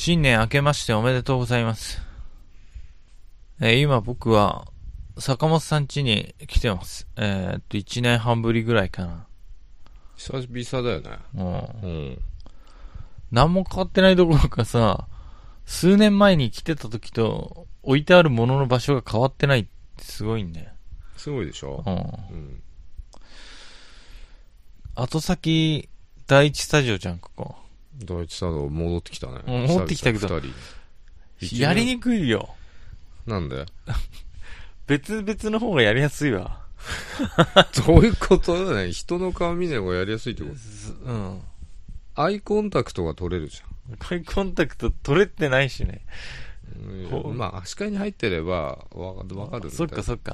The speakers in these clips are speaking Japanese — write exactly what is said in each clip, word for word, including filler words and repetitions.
新年明けましておめでとうございます。えー、今僕は坂本さん家に来てます。えー、っといちねんはんぶりぐらいかな。 久々だよね。 うん。 うん。 何も変わってないどころかさ、数年前に来てた時と置いてあるものの場所が変わってないってすごいんだよ。 すごいでしょ。 うん。うん、後先第一スタジオじゃん、ここ。 第一スタジオ戻ってきたね。 戻ってきたけど、やりにくいよ。 なんで別々の方がやりやすいわ。 どういうことだね。人の顔見ない方がやりやすいってこと。うん。アイコンタクトが取れるじゃん。アイコンタクト取れてないしね。 うん、まあ視界に入ってればわかるんだよ。 そっかそっか。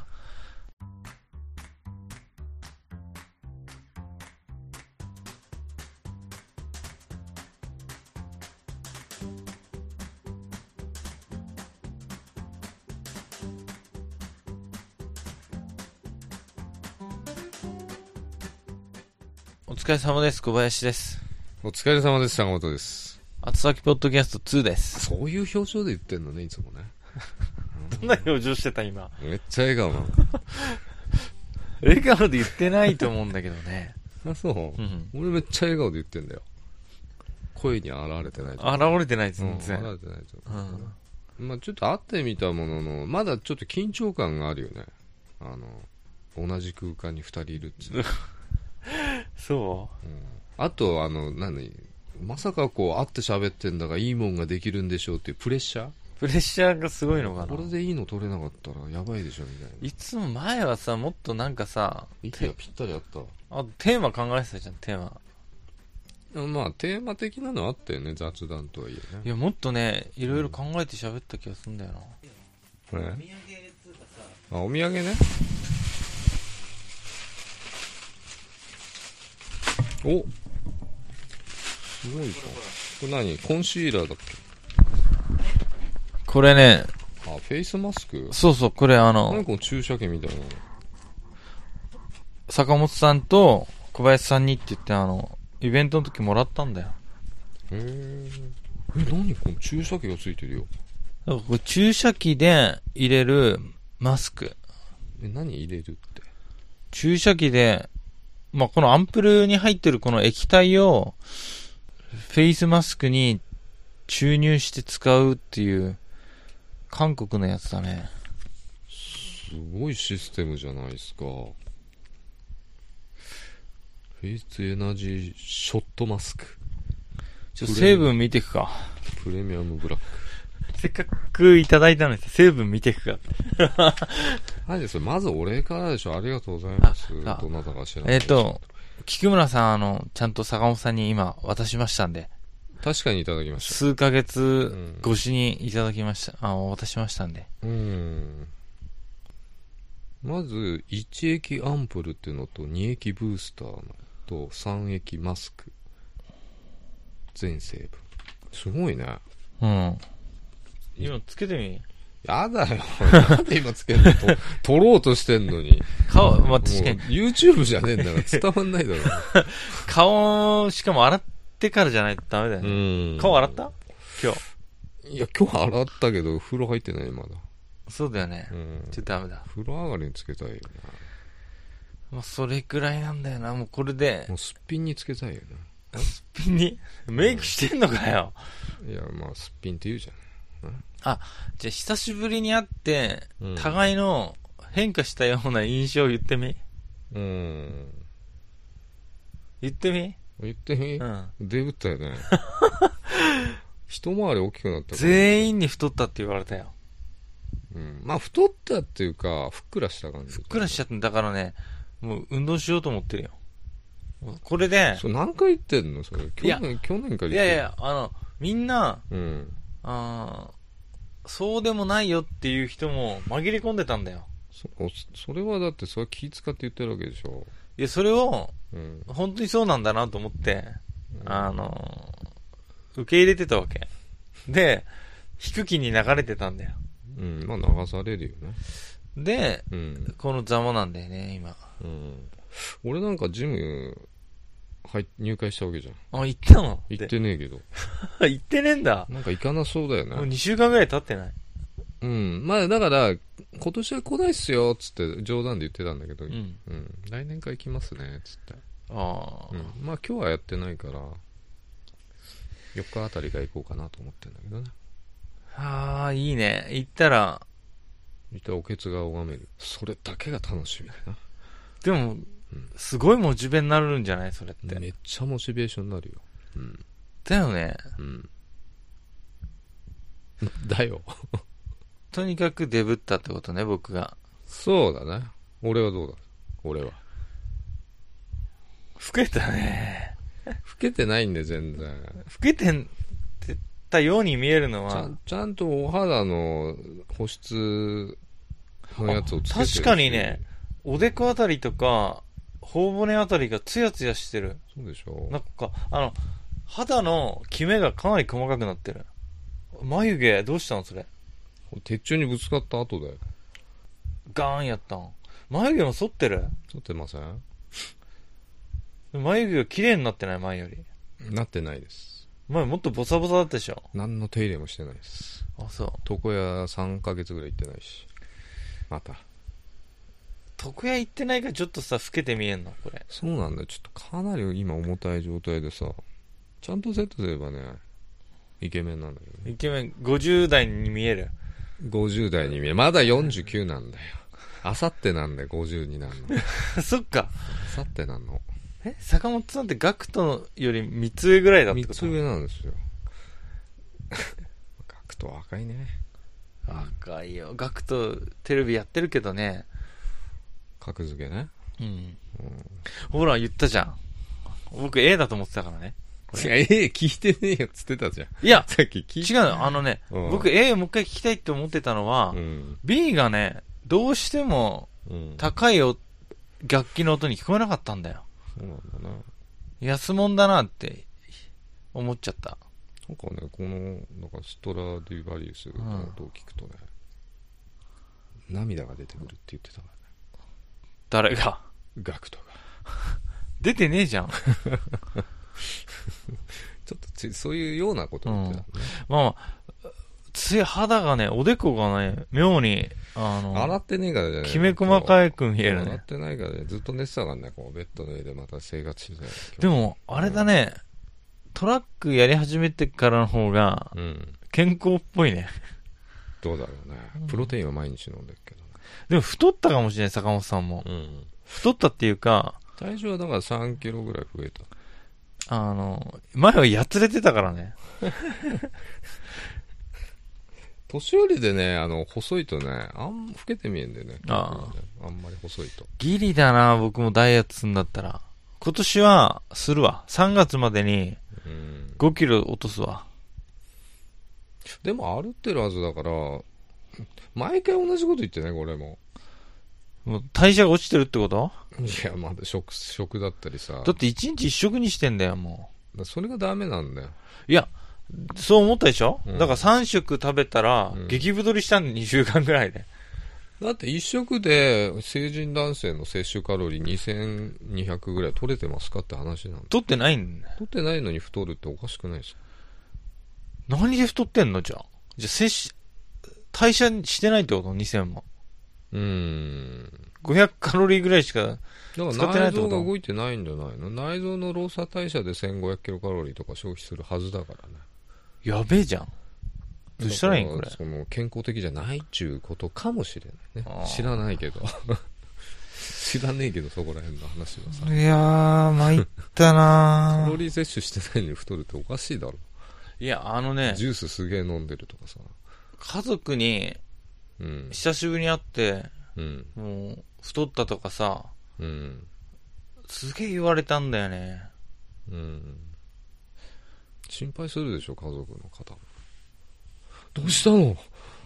お疲れ様です。小林です。 お疲れ様です。坂本です。 後先ポッドキャストツーです。 そういう表情で言ってんのね、いつもね。 どんな表情してた今。 めっちゃ笑顔なの。 笑顔で言ってないと思うんだけどね。 あ、そう、うん、俺めっちゃ笑顔で言ってんだよ。声に現れてない。 現れてないですね。 現れてないと、うん、まあちょっと会ってみたものの、まだちょっと緊張感があるよね。あの同じ空間に二人いるっていう。 そう、 うん、あとあの何まさかこう会って喋ってんだがいいもんができるんでしょうっていうプレッシャープレッシャーがすごいのかな。 これでいいの取れなかったらやばいでしょみたいな。 いつも前はさ、もっとなんかさ、 息がぴったりあった。 あ、テーマ考えてたじゃん、テーマ。 まあテーマ的なのあったよね、雑談とはいえね。 いやもっとね、いろいろ考えて喋った気がするんだよな。 これ、ね、あ、お土産ね。お、すごいか。これ何？コンシーラーだっけ？ これね、 あ、フェイスマスク？ そうそう、これあの、 何この注射器みたいなの。 坂本さんと小林さんにって言ってあの、イベントの時もらったんだよ。 へー。え、何この注射器がついてるよ。 だからこれ注射器で入れるマスク。 え、何入れるって？ 注射器で、まあ、このアンプルに入ってるこの液体をフェイスマスクに注入して使うっていう韓国のやつだね。 すごいシステムじゃないですか。フェイスエナジーショットマスク。 ちょっと成分見ていくか。 プレミアムブラック。 せっかくいただいたのに成分見ていくか。 はいですよ。まずお礼からでしょ。ありがとうございます。どなたか知らない。 えっ、ー、と、菊村さん、あの、ちゃんと坂本さんに今渡しましたんで。 確かにいただきました。 数ヶ月越しにいただきました。うん、あ、渡しましたんで。 うん。まず、いち液アンプルっていうのと、に液ブースターのと、さん液マスク。全成分。すごいね。 うん。今つけてみ。 やだよ。なんで今つけんの？と撮ろうとしてんのに。 顔、まあ、確かに。 YouTube じゃねえんだから伝わんないだろ。 顔、しかも洗ってからじゃないとダメだよね。うん。顔洗った今日。いや、今日洗ったけど、風呂入ってない、まだ。 そうだよね。うん。ちょっとダメだ。 風呂上がりにつけたいよな。 もうそれくらいなんだよな、もうこれで。 もうすっぴんにつけたいよな。 すっぴんにメイクしてんのかよ。 いや、まあ、すっぴんって言うじゃん。 あ、じゃあ久しぶりに会って、うん、互いの変化したような印象を言ってみ。うん。言ってみ言ってみ、うん、デブったよね。一回り大きくなったから。 全員に太ったって言われたよ。 うん。まあ太ったっていうか、ふっくらした感じ。 ふっくらしちゃったんだからね、もう運動しようと思ってるよ。これで。 そう、何回言ってんのそれ。去年、去年から言ってる。 いやいや、あの、みんな、うん。あそうでもないよっていう人も紛れ込んでたんだよ。 そ, それはだってそれは気使って言ってるわけでしょ。 いやそれを、うん、本当にそうなんだなと思って、うん、あの受け入れてたわけで、引く気に流れてたんだよ。 うん、まあ流されるよね。 で、うん、このざまなんだよね今。 うん、俺なんかジム入入会したわけじゃん。 あ、行ったの？ 行ってねえけど。 行ってねえんだ。 なんか行かなそうだよもうね。 にしゅうかんぐらい経ってない？ うん。まあだから、今年は来ないっすよ、つって冗談で言ってたんだけど、 ううん。来年から行きますね、つって。 ああ、 うん。まあ今日はやってないから、よっかあたりが行こうかなと思ってんだけどね。 ああ、いいね。行ったら、 行ったらおけつが拝める。それだけが楽しみだな。 でも、うん、すごいモチベになるんじゃないそれって。 めっちゃモチベーションになるよ。うん。 だよね。 うん。だよ。 とにかくデブったってことね、僕が。 そうだね。俺はどうだ俺は。 老けたね。 老けてないんで、全然。老けてたように見えるのは。 ちゃん、ちゃんとお肌の保湿のやつをつけてるし。 確かにね、おでこあたりとか、頬骨あたりがツヤツヤしてる。 そうでしょ。 なんか、あの、肌のキメがかなり細かくなってる。眉毛、どうしたのそれ。 鉄柱にぶつかった後だよ。 ガーンやったん。眉毛も反ってる？ 反ってません？ 眉毛が綺麗になってない？前より。 なってないです。 前もっとボサボサだったでしょ？ 何の手入れもしてないです。 あ、そう。 床屋さんかげつぐらい行ってないし。また。 床屋行ってないからちょっとさ、老けて見えんのこれ。 そうなんだよ。ちょっとかなり今重たい状態でさ、ちゃんとセットすればね、イケメンなんだけどね。 イケメン、ごじゅう代に見える。 ごじゅう代に見える。まだよんじゅうきゅうなんだよ。あさってなんだよ、ごじゅうになるの。そっか。 あさってなんの。 え、坂本さんってガクトよりみっつ上ぐらいだってこと？ みっつ上なんですよ。ガクト若いね。 若いよ。ガクトテレビやってるけどね。 格付けね。 うん。うん、ほら、言ったじゃん。僕 A だと思ってたからね。 いや、A 聞いてねえよっつってたじゃん。 いや、 さっき聞い違うの。あのね、うん、僕 A をもう一回聞きたいって思ってたのは、うん、B がね、どうしても高いお楽器の音に聞こえなかったんだよ。 そうなんだな。 安物だなって思っちゃった。 なんかね、この、なんかストラディバリウスの音を聞くとね、うん、涙が出てくるって言ってたからね。 誰が？ ガクトが。 出てねえじゃん。 ちょっとちそういうようなこと言ってたね。うん、 まあ、つい肌がね、おでこがね、妙に、あの、 洗ってねえからじゃない。 きめ細かく見えるね。 洗ってないからね、ずっと寝てたからね、こうベッドの上でまた生活してたよ。 でも、あれだね、トラックやり始めてからの方が、健康っぽいね。 どうだろうね。プロテインは毎日飲んでるけどね。 でも太ったかもしれない、坂本さんも。うん、太ったっていうか、 体重はだからさんキロぐらい増えた。 あの、前はやつれてたからね。 年寄りでね、あの、細いとね、あん、老けて見えんだよね。 ああ。あんまり細いと。 ギリだな、僕もダイエットするんだったら。今年は、するわ。さんがつまでに、ごキロ落とすわ。 でも歩ってるはずだから、毎回同じこと言ってね、これも。 もう代謝が落ちてるってこと？ いや、まだ食、食だったりさ。 だって一日一食にしてんだよ、もう。それがダメなんだよ。 いや、そう思ったでしょ、うん、だからさん食食べたら、うん、激太りしたんでにしゅうかんぐらいで。 だっていっ食で成人男性の摂取カロリーにせんにひゃくぐらい取れてますかって話なんだ。 取ってないんだよ。 取ってないのに太るっておかしくないですか？ 何で太ってんのじゃあ。じゃあ摂取、代謝してないってこと ?にせん も。 うーん。 ごひゃくカロリーぐらいしか使ってないってこと？ 内臓が動いてないんじゃないの？内臓の労作代謝でせんごひゃくキロカロリーとか消費するはずだからね。 やべえじゃん。どうしたらいいんこれ。 その健康的じゃないっちゅうことかもしれないね。知らないけど。知らねえけどそこら辺の話はさ。 いやー、参ったなー。 カロリー摂取してないのに太るっておかしいだろ。 いや、あのね。 ジュースすげえ飲んでるとかさ。 家族に、うん、久しぶりに会って、うん、もう、太ったとかさ、うん、すげえ言われたんだよね。 うん。心配するでしょ、家族の方。どうしたの？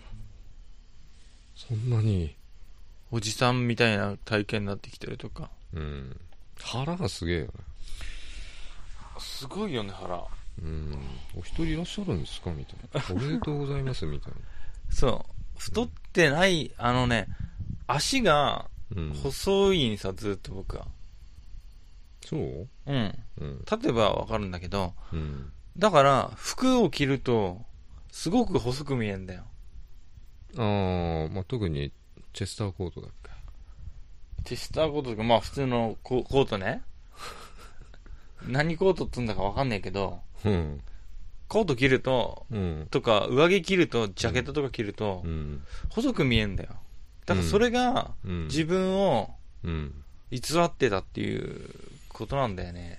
そんなに。 おじさんみたいな体験になってきてるとか。 うん。腹がすげえよね。 すごいよね、腹。 うん。お一人いらっしゃるんですかみたいな。おめでとうございますみたいな。 そう。太ってない、あのね、足が細いんさ、ずっと僕は。 そううん。 うん。 例えばわかるんだけど、 うん。 だから、服を着ると、すごく細く見えんだよ。 ああ、まあ、特に、チェスターコートだっけ。 チェスターコートとか、まあ普通のココートね。何コートって言うんだかわかんないけど、 うん。 コート着ると、 うん。 とか、上着着ると、ジャケットとか着るとう、ん。 細く見えんだよ。だからそれが、 うん。 自分をうん。 偽ってたっていうことなんだよね。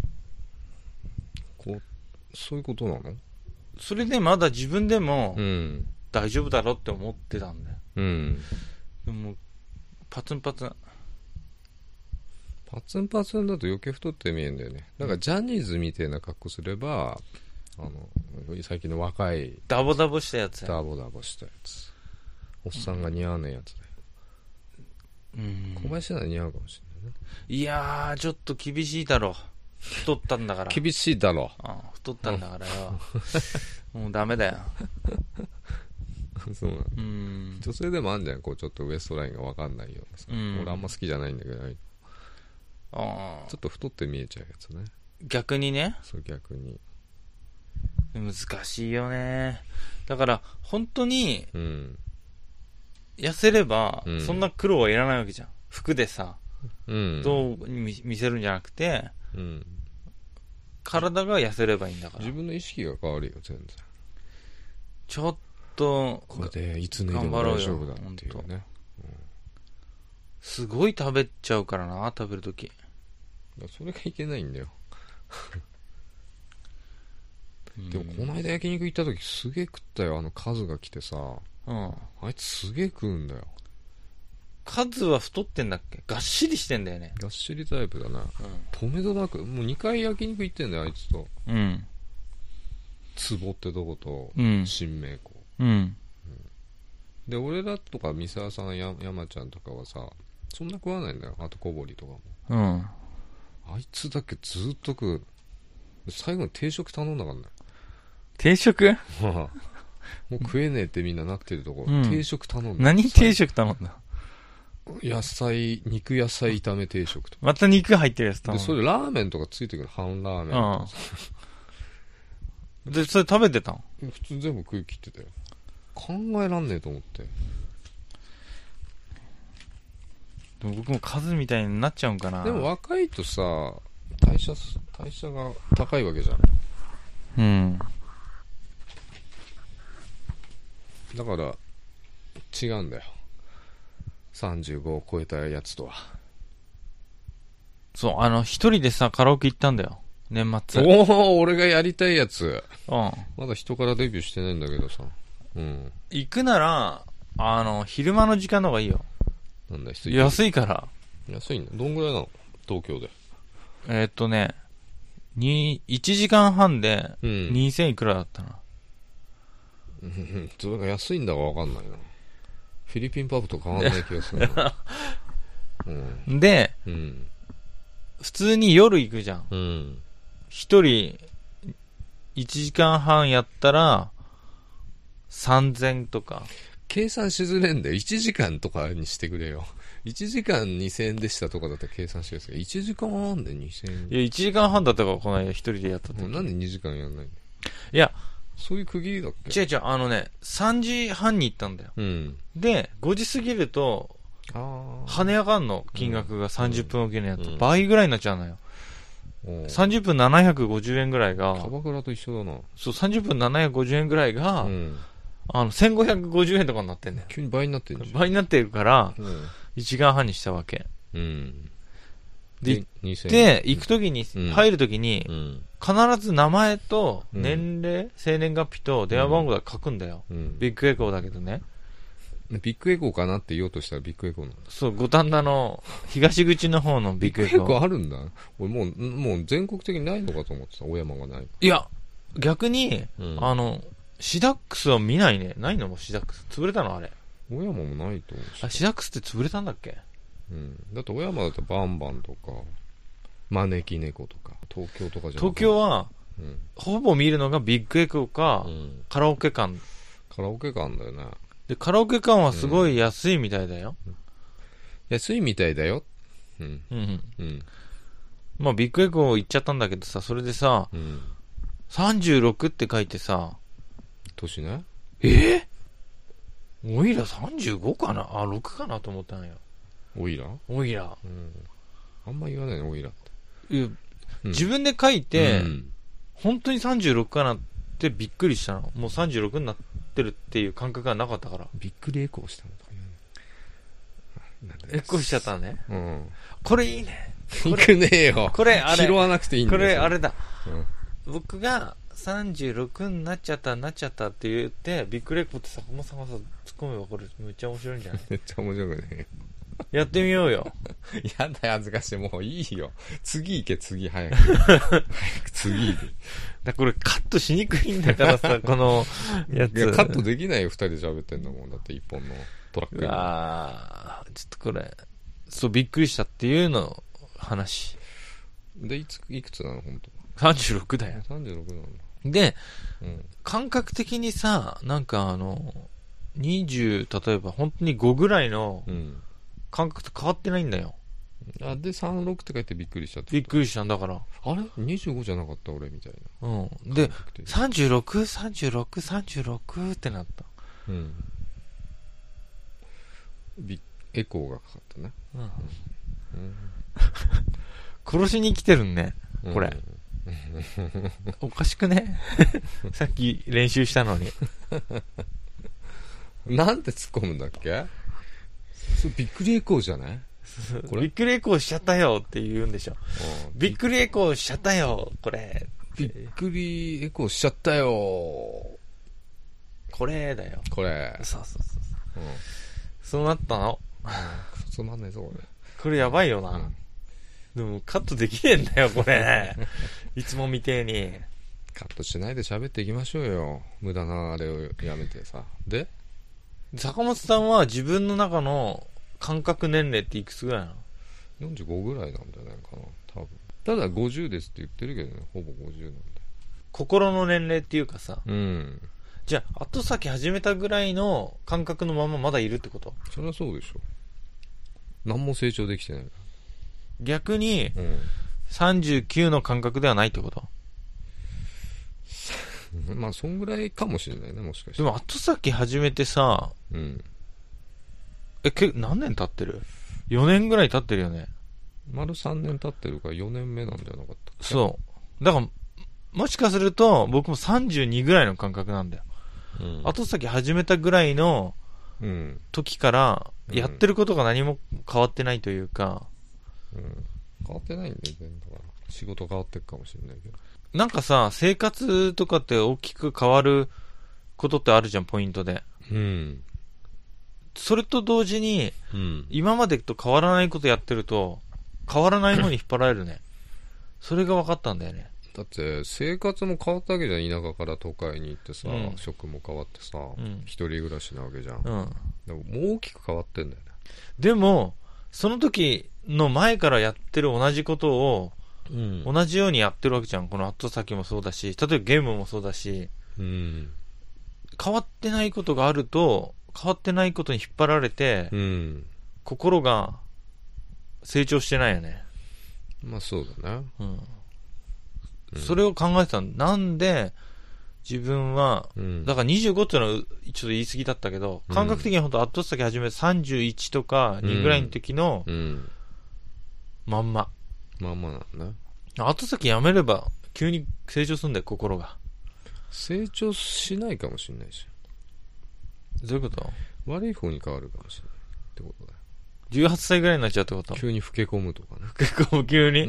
こう、そういうことなの？ それでまだ自分でもう、ん。 大丈夫だろって思ってたんだよ。 うん。 でも、パツンパツン。 パツンパツンだと余計太って見えるんだよね。だからジャニーズみたいな格好すれば、あの、最近の若い、 ダボダボしたやつ。 ダボダボしたやつ。おっさんが似合わないやつだよ。 うん。 小林なら似合うかもしれないね。 いやー、ちょっと厳しいだろ。太ったんだから。 厳しいだろ。 ああ太ったんだからよ。もうダメだよ。 そうなの。 うん。 女性でもあんじゃん、こうちょっとウエストラインが分かんないようなさ。 うん、 俺あんま好きじゃないんだけど、 あちょっと太って見えちゃうやつね。 逆にね。 そう、逆に。 難しいよね。だから、本当に、 うん。 痩せれば、 うんそんな苦労はいらないわけじゃん。服でさ、 うん。 どう見見せるんじゃなくて、 うん。 体が痩せればいいんだから。 自分の意識が変わるよ、全然。 ちょっと、 これでいつ脱いでも大丈夫だっていうね。 すごい食べちゃうからな、食べるとき。 それがいけないんだよ。 うんでもこの間焼肉行った時すげえ食ったよ。あの数が来てさ、 うん。 あいつすげえ食うんだよ。 数は太ってんだっけ？がっしりしてんだよね。 がっしりタイプだな。とめどなくもうにかい焼肉行ってんだよ、あいつと。 うん。 ツボってとこと、 うん新名湖。 うん。 で、俺らとか三沢さんや山ちゃんとかはさ、そんな食わないんだよ。あと小堀とかも。 うん。 あいつだけずっと食う。最後に定食頼んだからね。 定食？ もう食えねえってみんななってるとこ、 うん、 定食頼んだ。 何定食頼んだ？ 野菜、肉野菜炒め定食とか。 また肉入ってるやつ頼んで、 だ。 それラーメンとかついてくる。半ラーメンとかさ。 うん。で、それ食べてたん？ 普通全部食い切ってたよ。考えらんねえと思って。 でも僕も数みたいになっちゃうんかな。 でも若いとさ、代謝、代謝が高いわけじゃん。 うん。 だから、違うんだよ。さんじゅうごを超えたやつとは。 そう、あの、一人でさ、カラオケ行ったんだよ。年末。 おお、俺がやりたいやつ。 うん。 まだ人からデビューしてないんだけどさ。うん。 行くなら、あの、昼間の時間の方がいいよ。 なんだ、安い安いから。 安いんだ。どんぐらいなの？東京で。 えー、っとね、に、いちじかんはんで、 うん。 にせんいくらだったな。 うん。それが安いんだかわかんないな。フィリピンパブと変わんない気がするな。 うん。で、 うん。 普通に夜行くじゃん。 うん。 一人、いちじかんはんやったら、さんぜんとか。 計算しづれんだよ。いちじかんとかにしてくれよ。いちじかんにせんえんでしたとかだったら計算しやすいけど、いちじかんはんでにせんえん。 いや、いちじかんはんだったからこの間一人でやった時。 なんでにじかんやんないの？ いや、 そういう区切りだっけ？ 違う違う、あのね、さんじはんに行ったんだよ。 うん。 で、ごじ過ぎると、 ああ。 跳ね上がんの、金額がさんじゅっぷんおきのやつ、 うん、 倍ぐらいになっちゃうのよ。さんじゅっぷんななひゃくごじゅうえんぐらいが、 キャバクラと一緒だな。 そう、さんじゅっぷんななひゃくごじゅうえんぐらいが、 うん、 あの、せんごひゃくごじゅうえんとかになってんだよ。 急に倍になってんじゃん。 倍になってるから、 うん、 いちじかんはんにしたわけ。 うん。 で、で、行くときに、入るときに、うん、必ず名前と年齢、うん、生年月日と電話番号が書くんだよ。うん、ビッグエコーだけどね。 ビッグエコーかなって言おうとしたらビッグエコーなの。 そう、五反田の東口の方のビッグエコー。 ビッグエコーあるんだ。俺もう、もう全国的にないのかと思ってた。小山がない。 いや、逆に、うん、あの、シダックスは見ないね。ないのもシダックス。潰れたのあれ。 小山もないと思うし。 あ、シダックスって潰れたんだっけ？ うん。だって小山だとバンバンとか、招き猫とか、東京とかじゃなくて。 東京は、 うん、 ほぼ見るのがビッグエコーか、うん、カラオケ館。 カラオケ館だよね。 で、カラオケ館はすごい安いみたいだよ。 うん、安いみたいだよ。うん。 うん。 うん。 まあビッグエコー行っちゃったんだけどさ、それでさ、 うん。 さんじゅうろくって書いてさ、 年ね。 えー、オイラさんじゅうごかなあ、ろくかなと思ったんよ。 オイラオイラ。 うん。あんま言わないね、オイラって。 いや、 うん、 自分で書いて、 うん、 本当にさんじゅうろくかなってびっくりしたの。もうさんじゅうろくになってるっていう感覚がなかったから。 びっくりエコーしたのとか言うね。エコーしちゃったね。 うん。 これいいね。 いくねえよ。 これあれ。 拾わなくていいんだよ。 これあれだ。 うん、 僕がさんじゅうろくになっちゃったなっちゃったって言って、ビッグレコって坂本さんがさ、突っ込めばこれめっちゃ面白いんじゃない？ めっちゃ面白くね。 やってみようよ。 やだよ、恥ずかしい。もういいよ。次行け、次、早く。早く次行け。 だこれカットしにくいんだからさ、このやつ。 いや、カットできないよ、二人で喋ってんだもん。だって一本のトラックに。 あー、ちょっとこれ、そう、びっくりしたっていうの話。 で、いつ、いくつなの、本当？ さんじゅうろくだよ。 さんじゅうろくなの。 で、 うん、 感覚的にさ、なんかあの、にじゅう、例えば本当にごぐらいの感覚と変わってないんだよ。 うん、あ、で、さんじゅうろくって書いてびっくりしたって。 びっくりしたんだから。 あれ ?にじゅうご じゃなかった俺みたいな。 うん。で、さんじゅうろく、さんじゅうろく、さんじゅうろくってなった。 うん。ビエコーがかかったね。うん。うん、 殺しに来てるね、これ。うん、おかしくねさっき練習したのに。 なんて突っ込むんだっけ？それびっくりエコーじゃない？ これびっくりエコーしちゃったよって言うんでしょ。びっくりエコーしちゃったよ、これ。 びっくりエコーしちゃったよ。 これだよ。 これ。 そうそうそうそう。うん、そうなったの。 つまんないぞ、これ。 これやばいよな。うん、でもカットできねえんだよ、これ。いつもみてえに。 カットしないで喋っていきましょうよ。無駄なあれをやめてさ。で坂本さんは自分の中の感覚年齢っていくつぐらいなの？ よんじゅうごぐらいなんじゃないかな、多分。ただごじゅうですって言ってるけどね、ほぼごじゅうなんで。 心の年齢っていうかさ。 うん。 じゃあ、後先始めたぐらいの感覚のまままだいるってこと？ そりゃそうでしょ。何も成長できてない。 逆に、 うん、 さんじゅうきゅうの感覚ではないってこと？ まあ、そんぐらいかもしれないね、もしかして。 でも、後先始めてさ、 うん。 え、け、何年経ってる？ よ 年ぐらい経ってるよね。 丸さんねん経ってるからよねんめなんじゃなかった？ そう。だから、もしかすると、僕もさんじゅうにぐらいの感覚なんだよ。うん、後先始めたぐらいの時から、やってることが何も変わってないというか。 うん。変わってないんだよ、全然。だから、仕事変わってるかもしれないけど。 なんかさ、生活とかって大きく変わることってあるじゃん、ポイントで。 うん。 それと同時に、 うん、 今までと変わらないことやってると、変わらないのに引っ張られるね。それが分かったんだよね。 だって、生活も変わったわけじゃん。田舎から都会に行ってさ、うん、職も変わってさ、うん、一人暮らしなわけじゃん。うん、でも、もう大きく変わってんだよね。 でも、その時の前からやってる同じことを、うん、同じようにやってるわけじゃん。この後先もそうだし、例えばゲームもそうだし、うん、変わってないことがあると、変わってないことに引っ張られて、うん、心が成長してないよね。 まあそうだね。 うんうん、それを考えてたの。なんで自分は、うん、だからにじゅうごっていうのはちょっと言い過ぎだったけど、感覚的に本当後先始めてさんじゅういちとかにぐらいの時の、うん、まんま。 まんまなんだ。 後先やめれば急に成長するんだよ、心が。 成長しないかもしれないし。 どういうこと？ 悪い方に変わるかもしれないってことだよ。 じゅうはっさいぐらいになっちゃうってこと？ 急に老け込むとかね。 老け込む急に？ うん。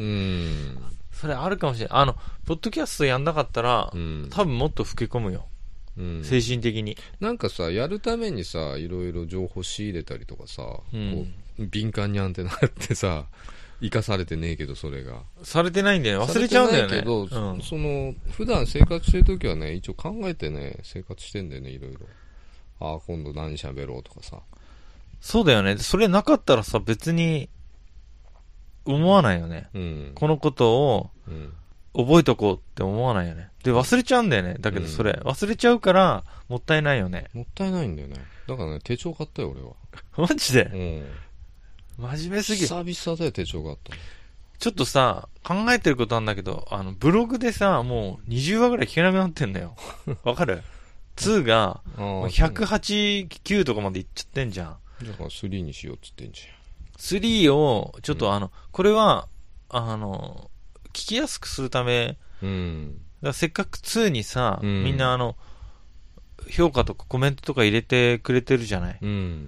それあるかもしれない。あの、ポッドキャストやんなかったら、うん、多分もっと老け込むよ。うん、精神的に。 なんかさ、やるためにさ、いろいろ情報仕入れたりとかさ、うん、こう敏感にアンテナってさ、生かされてねえけど、それが。 されてないんだよね。忘れちゃうんだよね。 されてないけど、うん、その、普段生活してるときはね、一応考えてね、生活してんだよね、いろいろ。ああ、今度何喋ろうとかさ。 そうだよね。それなかったらさ、別に、思わないよね。うん、このことを、覚えとこうって思わないよね。で、忘れちゃうんだよね。だけどそれ、うん、忘れちゃうから、もったいないよね。 もったいないんだよね。だからね、手帳買ったよ、俺は。 マジで？うん。真面目すぎる。 久々で手帳があったの。 ちょっとさ、考えてることなんだけど、あの、ブログでさ、もうにじゅうわぐらい聞けなくなってんだよ。わかる ?に が、ひゃくはち、きゅうとかまでいっちゃってんじゃん。 だからスリーにしようっつってんじスリーを、ちょっとあの、うん、これは、あの、聞きやすくするため、 うん。 だからせっかくににさ、 うん、 みんなあの、評価とかコメントとか入れてくれてるじゃない。 うん。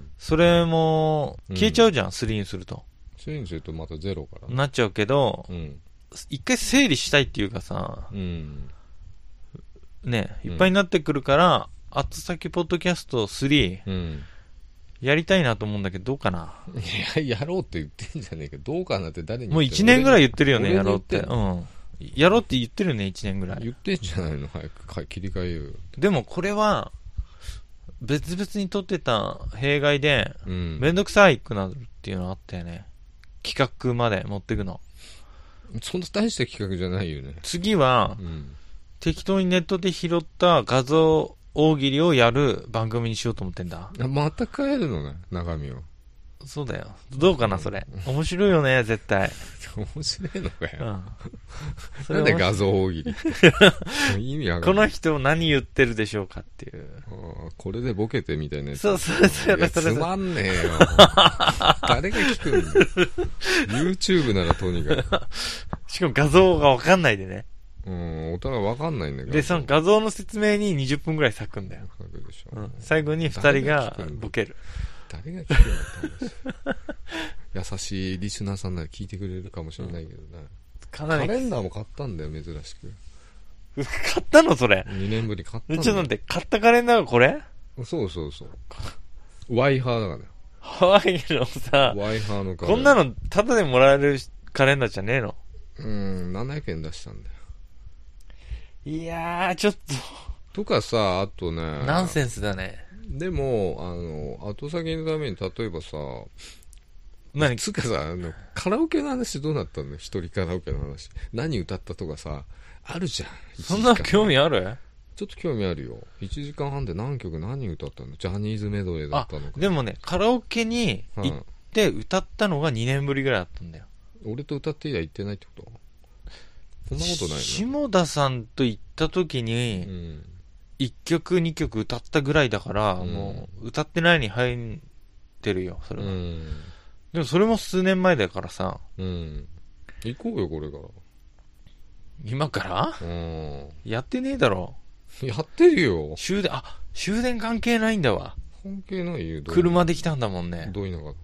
それも、消えちゃうじゃん、うん、スリーにすると。 スリーにするとまたゼロから、ね。 なっちゃうけど、 うん。 一回整理したいっていうかさ、 うん。 ね、いっぱいになってくるから、あつさきポッドキャストスリー、 うん。 やりたいなと思うんだけど、どうかな。 いや、やろうって言ってんじゃねえか。どうかなって誰に言ってんの？ もういちねんぐらい言ってるよね、やろうって。うん。やろうって言ってるね、いちねんぐらい。 言ってんじゃないの？早く切り替えようよ。 でもこれは、別々に撮ってた弊害で、うん、めんどくさいくなるっていうのあったよね。企画まで持ってくの。 そんな大した企画じゃないよね。 次は、うん、適当にネットで拾った画像大喜利をやる番組にしようと思ってんだ。 また変えるのね、中身を。 そうだよ。どうかな、それ。面白いよね、絶対。 面白いのかよ。 うん、 なんで画像大喜利意味わかんない。 この人何言ってるでしょうかっていう。 これでボケてみたいなやつ。 そうそうそう。 いやつまんねえよ。誰が聞くんだよ。YouTube ならとにかく。 しかも画像がわかんないでね。 うん、お互いわかんないんだけど。 で、その画像の説明ににじゅっぷんくらい割くんだよ。 割くでしょ。 うん、最後にふたりがボケる。 誰が聞くんだ優しいリスナーさんなら聞いてくれるかもしれないけどね。かなりカレンダーも買ったんだよ、珍しく。 買ったのそれ。 にねんぶり買ったんだよ。 ちょっと待って、買ったカレンダーがこれ？ そうそうそう。ワイハーだからね。 ハワイのさ、 ワイハーのカレンダー。こんなのタダでもらえるカレンダーじゃねえの？ うん、ななひゃくえん出したんだよ。 いやー、ちょっと。とかさ、あとね。 ナンセンスだね。 でも、あの、後先のために、例えばさ、 何つうかさ、あの、カラオケの話どうなったんだよ、一人カラオケの話。何歌ったとかさ、あるじゃん。 そんな興味ある？ ちょっと興味あるよ。いちじかんはんで何曲何歌ったの？ジャニーズメドレーだったのか。 でもね、カラオケに行って歌ったのがにねんぶりぐらいだったんだよ。 俺と歌っていいや行ってないってこと？そんなことないの？ 下田さんと行った時に、うん、いっきょくにきょく歌ったぐらいだから、うん、もう歌ってないに入ってるよ、それは。うん、でもそれも数年前だからさ。 うん。行こうよ、これから。 今から？うん。やってねえだろ。 やってるよ。 終電、あ、終電関係ないんだわ。 関係ないよ。 車で来たんだもんね。 どういなかった。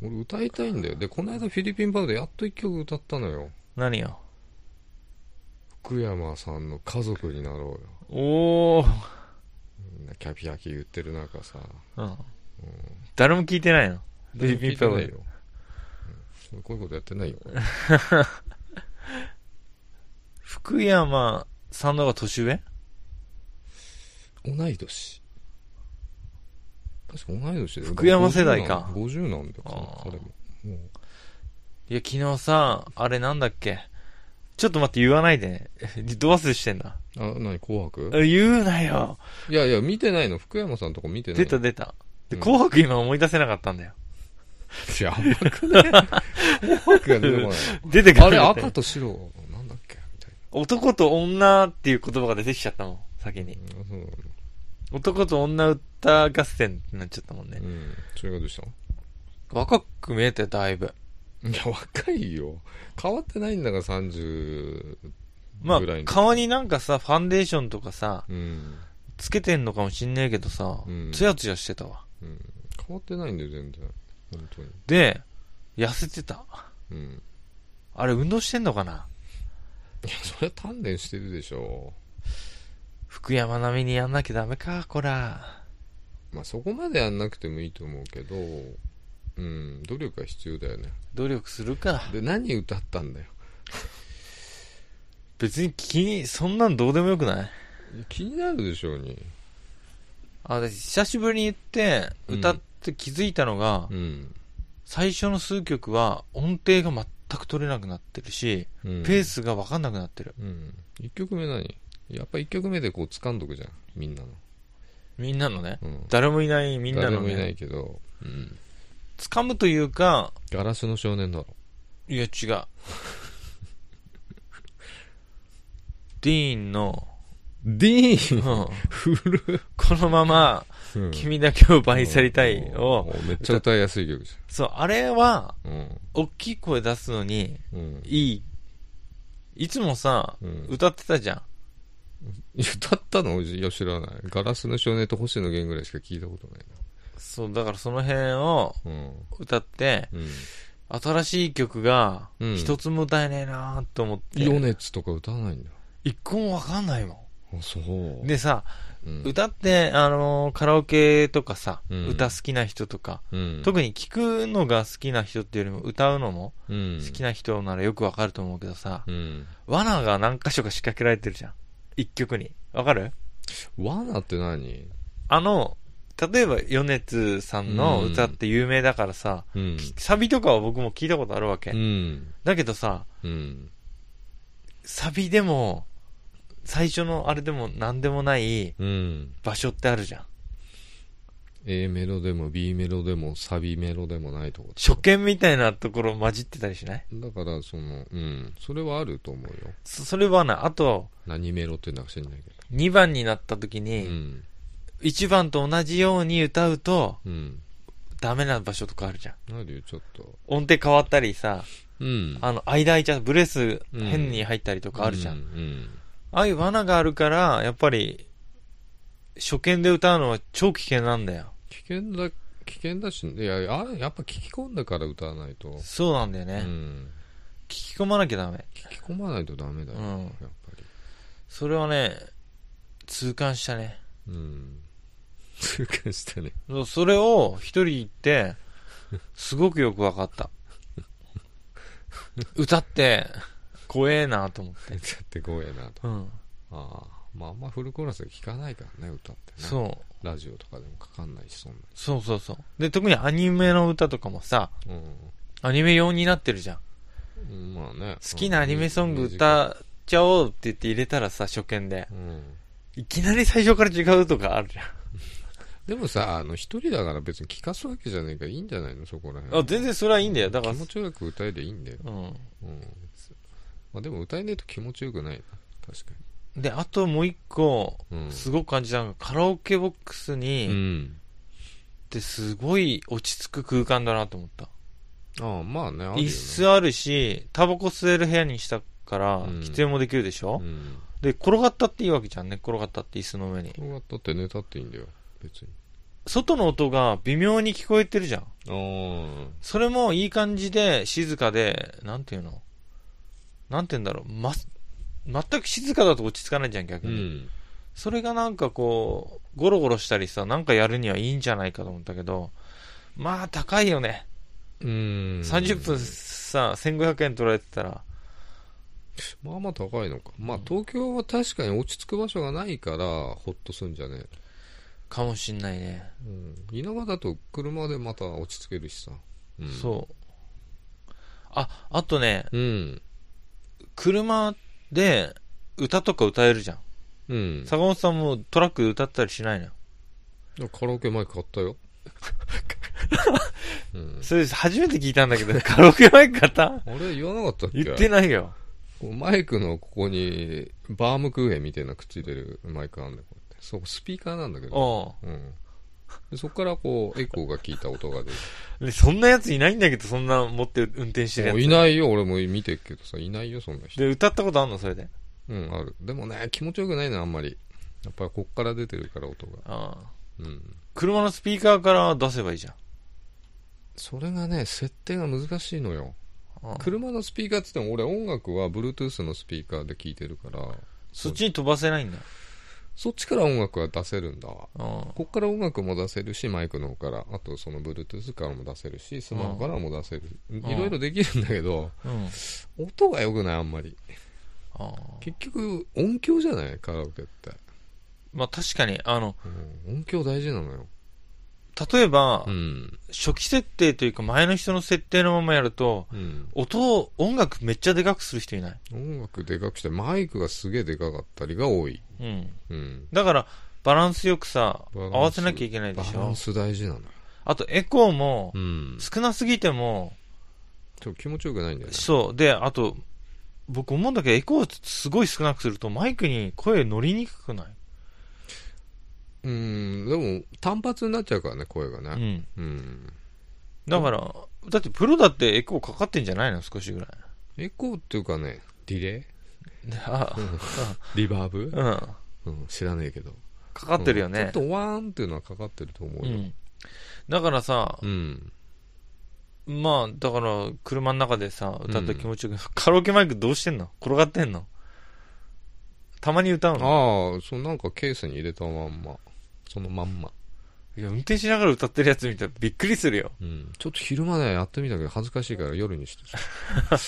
俺歌いたいんだよ。で、この間フィリピンパブでやっといっきょく歌ったのよ。 何よ？ 福山さんの家族になろうよ。 おー。 みんなキャピキャピ言ってる中さ。 うん。うん、誰も聞いてないの？フィリピンパブで。 うん、こういうことやってないよ。 福山さんの方が年上？ 同い年。確か同い年で。 福山世代か。 ごじゅうなんだよ、彼も。もういや、昨日さ、あれなんだっけ。ちょっと待って言わないでね。ど忘れしてんだ。 あ、なに、紅白？ 言うなよ。 いやいや、見てないの。福山さんとこ見てない。 出た出た。で、うん、紅白今思い出せなかったんだよ。 やばくね？紅白が出てこない。 出てこない。 あれ、赤と白、なんだっけみたいな。 男と女っていう言葉が出てきちゃったもん、先に。うん、男と女歌合戦ってなっちゃったもんね。 うん。それがどうしたの？ 若く見えてだいぶ。 いや、若いよ。変わってないんだからさんじゅうまあ、 ぐらいの。 顔になんかさ、ファンデーションとかさ、 うん、 つけてんのかもしんねえけどさ、うん、ツヤツヤしてたわ、 うん。変わってないんだよ、全然。本当に。 で、痩せてた。 うん。 あれ、運動してんのかな？ いや、それは鍛錬してるでしょ。 福山並みにやんなきゃダメか、こら。 まあ、そこまでやんなくてもいいと思うけど、うん、努力が必要だよね。 努力するか。 で、何歌ったんだよ。 別に気に、そんなんどうでもよくない？ 気になるでしょうに。 あ、私、久しぶりに言って、歌って気づいたのが、うん、最初の数曲は音程が全く取れなくなってるし、うん、ペースが分かんなくなってる。 うん。いっきょくめ何？やっぱいっきょくめでこう掴んどくじゃん、みんなの。 みんなのね。うん、誰もいないみんなのね。 誰もいないけど、うん。 掴むというか、 ガラスの少年だろ。 いや違うディーンのディーン、 うん、 古このまま、うん、君だけを奪い去りたいを、 うん、めっちゃ歌いやすい曲じゃん。 そう、あれは、 うん、 大きい声出すのに、 うん、 いい。いつもさ、うん、歌ってたじゃん。 歌ったのいや知らない。ガラスの少年と星野源ぐらいしか聞いたことないな。 そう、だからその辺を歌って、うんうん、新しい曲が一つも歌えねえなーと思って。 余熱とか歌わないんだ。 一個もわかんないもん。 あ、そう。 でさ、うん、歌って、あのー、カラオケとかさ、うん、歌好きな人とか、うん、特に聞くのが好きな人っていうよりも歌うのも好きな人ならよくわかると思うけどさ、うん、罠が何箇所か仕掛けられてるじゃん。一曲に。わかる？ 罠って何？ あの、例えば、米津さんの歌って有名だからさ、うん、サビとかは僕も聞いたことあるわけ。うん、だけどさ、うん、サビでも、最初のあれでも何でもない場所ってあるじゃん。うん、 A メロでも B メロでもサビメロでもないとこ。 初見みたいなところ混じってたりしない？ だからその、うん、それはあると思うよ。 そ, それはな、あと、 何メロっていうのか知んないけど。 にばんになった時に、うん、いちばんと同じように歌うと、うん、ダメな場所とかあるじゃん。 あるよ、ちょっと。 音程変わったりさ、うん、あの、間空いちゃう、ブレス変に入ったりとかあるじゃん。うんうんうん、ああいう罠があるから、やっぱり、初見で歌うのは超危険なんだよ。 危険だ、危険だし、いや、あやっぱ聞き込んだから歌わないと。 そうなんだよね。うん、聞き込まなきゃダメ。 聞き込まないとダメだよ、うん、やっぱり。 それはね、痛感したね。 うん。痛感したね。 それを一人言って、すごくよくわかった。歌って、怖えなと思って。 歌って怖えなと。うん。ああ。まあ、あんまフルコーラスで聞かないからね、歌ってね。 そう。 ラジオとかでもかかんないし、そんな。 そうそうそう。で、特にアニメの歌とかもさ、うん、アニメ用になってるじゃん。 うん、まあね。 好きなアニメソング歌っちゃおうって言って入れたらさ、初見で。うん、いきなり最初から違うとかあるじゃん。 でもさ、あの、一人だから別に聞かすわけじゃねえからいいんじゃないの、そこら辺。 あ、全然それはいいんだよ。だから。 気持ちよく歌えでいいんだよ。うん。うん。まあでも歌えねえと気持ちよくないな。確かに。 で、あともう一個、すごく感じたのが、カラオケボックスに、うん、ってすごい落ち着く空間だなと思った。 ああ、まあね、あるよね。 椅子あるし、タバコ吸える部屋にしたから、うん、喫煙もできるでしょ、うん、で、転がったっていいわけじゃんね。転がったって椅子の上に。 転がったって寝たっていいんだよ、別に。 外の音が微妙に聞こえてるじゃん。あそれもいい感じで、静かで、なんていうのなんていうんだろう、ま、全く静かだと落ち着かないじゃん、逆に。うん、それがなんかこう、ゴロゴロしたりさ、なんかやるにはいいんじゃないかと思ったけど、まあ高いよね。うん。さんじゅっぷんさ、せんごひゃくえん取られてたら。 まあまあ高いのか。まあ東京は確かに落ち着く場所がないから、ほっとすんじゃねえ。 かもしんないね。 うん。田舎だと車でまた落ち着けるしさ。 うん、そう。あ、あとね、うん。車で歌とか歌えるじゃん。うん。坂本さんもトラックで歌ったりしないの？ カラオケマイク買ったよ。 うん、それ初めて聞いたんだけど、カラオケマイク買った？ あれ言わなかったっけ？ 言ってないよ。 マイクのここにバームクーヘンみたいなくっついてるマイクあんだよ。こうやってそう、スピーカーなんだけど。うん。でそこからこうエコーが効いた音が出る。そんなやついないんだけど、そんな持って運転してるやつ。 いないよ、俺も見てるけどさ、いないよ、そんな人。 で、歌ったことあんのそれで？ うん、ある。でもね、気持ちよくないな、あんまり。やっぱりこっから出てるから、音が。ああ。 うん。車のスピーカーから出せばいいじゃん。 それがね、設定が難しいのよ。ああ車のスピーカーって言っても、俺音楽は Bluetooth のスピーカーで聴いてるから。 そっちに飛ばせないんだ。 そっちから音楽は出せるんだわ。こっから音楽も出せるし、マイクの方から、あとその Bluetooth からも出せるし、スマホからも出せる。いろいろできるんだけど、うん、音が良くない、あんまり。あ結局、音響じゃないカラオケって。 まあ確かに、あの、 うん、音響大事なのよ。 例えば、うん、初期設定というか前の人の設定のままやると、うん、音を、音楽めっちゃでかくする人いない？ 音楽でかくして、マイクがすげえでかかったりが多い。うん。 うん、だから、バランスよくさ、合わせなきゃいけないでしょ。 バランス大事なのよ。 あと、エコーも、少なすぎても、 ちょっと気持ちよくないんだよね。 そうで、あと僕思うんだけど、エコーすごい少なくするとマイクに声乗りにくくない？ うーん、でも単発になっちゃうからね、声がうね。 ん。 うん。 だからだってプロだってエコーかかってんじゃないの？少しぐらい。 エコーっていうかね、ディレイであリバーブ、 うん、 うん、知らねえけど。 かかってるよね。 うん、ちょっとワーンっていうのはかかってると思うよ。 うん。だからさ、 うん。 まあ、だから、車の中でさ、歌った気持ちよく、うん、カラオケマイクどうしてんの？転がってんの？たまに歌うの？ ああ、そう、なんかケースに入れたまんま。そのまんま。 いや、運転しながら歌ってるやつ見たらびっくりするよ。 うん。ちょっと昼間ね、やってみたけど恥ずかしいから夜にして。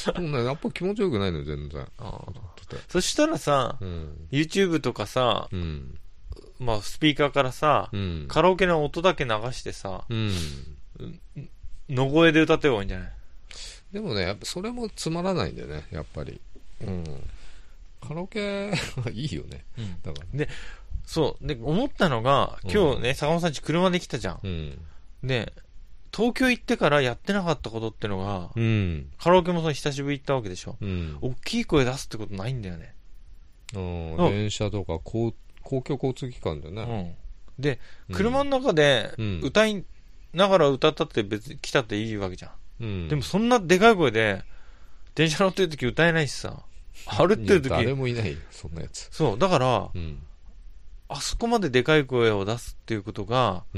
でもね、やっぱ気持ちよくないのよ、全然。 あそしたらさ、うん、YouTube とかさ、うん、まあ、スピーカーからさ、うん、カラオケの音だけ流してさ、うん、の声で歌ってもいいんじゃない？ でもね、やっぱそれもつまらないんだよね、やっぱり。うん。カラオケいいよね。うん、だから。 で、そう。で、思ったのが、今日ね、うん、坂本さんち車で来たじゃん。うん、で、東京行ってからやってなかったことってのが、うん、カラオケもその久しぶり行ったわけでしょ。うん、大きい声出すってことないんだよね。 うん、電車とか公公共交通機関だよね。 うん、で、車の中で歌いながら歌ったって別に来たっていいわけじゃん。うん、でもそんなでかい声で、電車乗ってる時歌えないしさ、歩ってる時。 誰もいないよ、そんなやつ。 そう、だから、うん、あそこまででかい声を出すっていうことが、うん、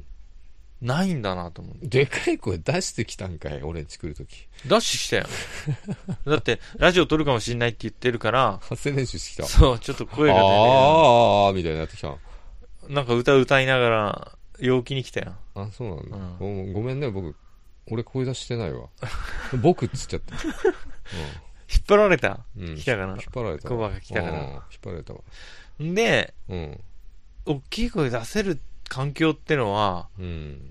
ないんだなと思う。 でかい声出してきたんかい、俺んち来るとき。 ダッシュしたよ。だって、ラジオ撮るかもしれないって言ってるから、 発声練習してきた。 そう、ちょっと声が出て。 ああみたいになってきた。 なんか歌歌いながら、陽気に来たよ。 あ、そうなんだ。うん、ごめんね、僕、俺声出してないわ。僕っつっちゃった。うん、引っ張られた、うん、来たかな。 引っ張られた。 コバが来たから。引っ張られたわ。 で、うん、大きい声出せる環境ってのは、うん、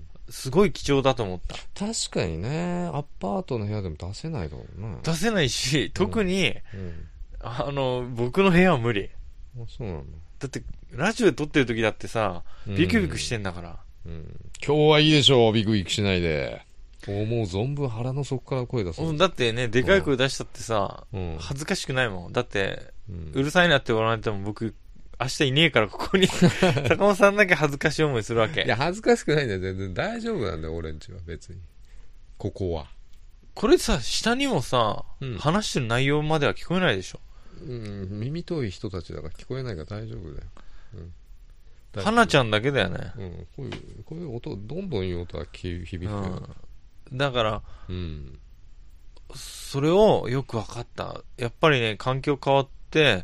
すごい貴重だと思った。 確かにね、アパートの部屋でも出せないだろうな。 出せないし、特に、うんうん、あの、僕の部屋は無理。 あ、そうなの？ だって、ラジオで撮ってる時だってさ、ビクビクしてんだから。 うん、今日はいいでしょう、ビクビクしないで。もう存分腹の底から声出す。 だってね、でかい声出したってさ、うん、恥ずかしくないもん。だって、うん、うるさいなって笑われても僕、明日いねえからここに坂本さんだけ恥ずかしい思いするわけ。 いや、恥ずかしくないんだよ。全然大丈夫なんだよ、俺んちは別に。ここは。 これさ、下にもさ、うん、話してる内容までは聞こえないでしょ。 うん、耳遠い人たちだから聞こえないから大丈夫だよ。 うん。花ちゃんだけだよね。 うん、こういう、こういう音、どんどんいい音は響くよ。 うん、だから、うん、それをよく分かった。やっぱりね、環境変わって、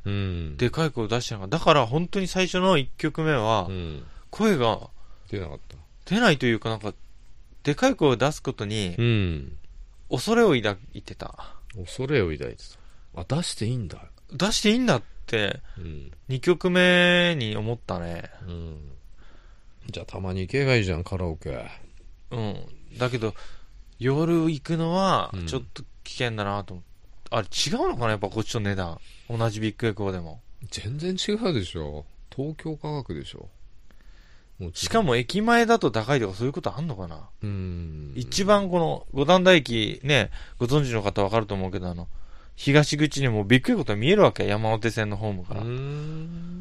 うん、でかい声を出してなかった。だから本当に最初のいっきょくめは、うん、声が出なかった。 出ないというか、なんか、でかい声を出すことに、うん、恐れを抱いてた。 恐れを抱いてた。あ、出していいんだ。 出していいんだって、うん、にきょくめに思ったね。うん、 じゃあたまに行けばいいじゃん、カラオケ。 うん。だけど、夜行くのは、ちょっと危険だなと思って。うん、あれ違うのかな、やっぱこっちと値段。同じビッグエコーでも。 全然違うでしょ。東京価格でしょ。 もしかも駅前だと高いとかそういうことあんのかな。うん。一番この五反田駅ね、ご存知の方わかると思うけど、あの、東口にもビッグエコーと見えるわけ。山手線のホームから。うん。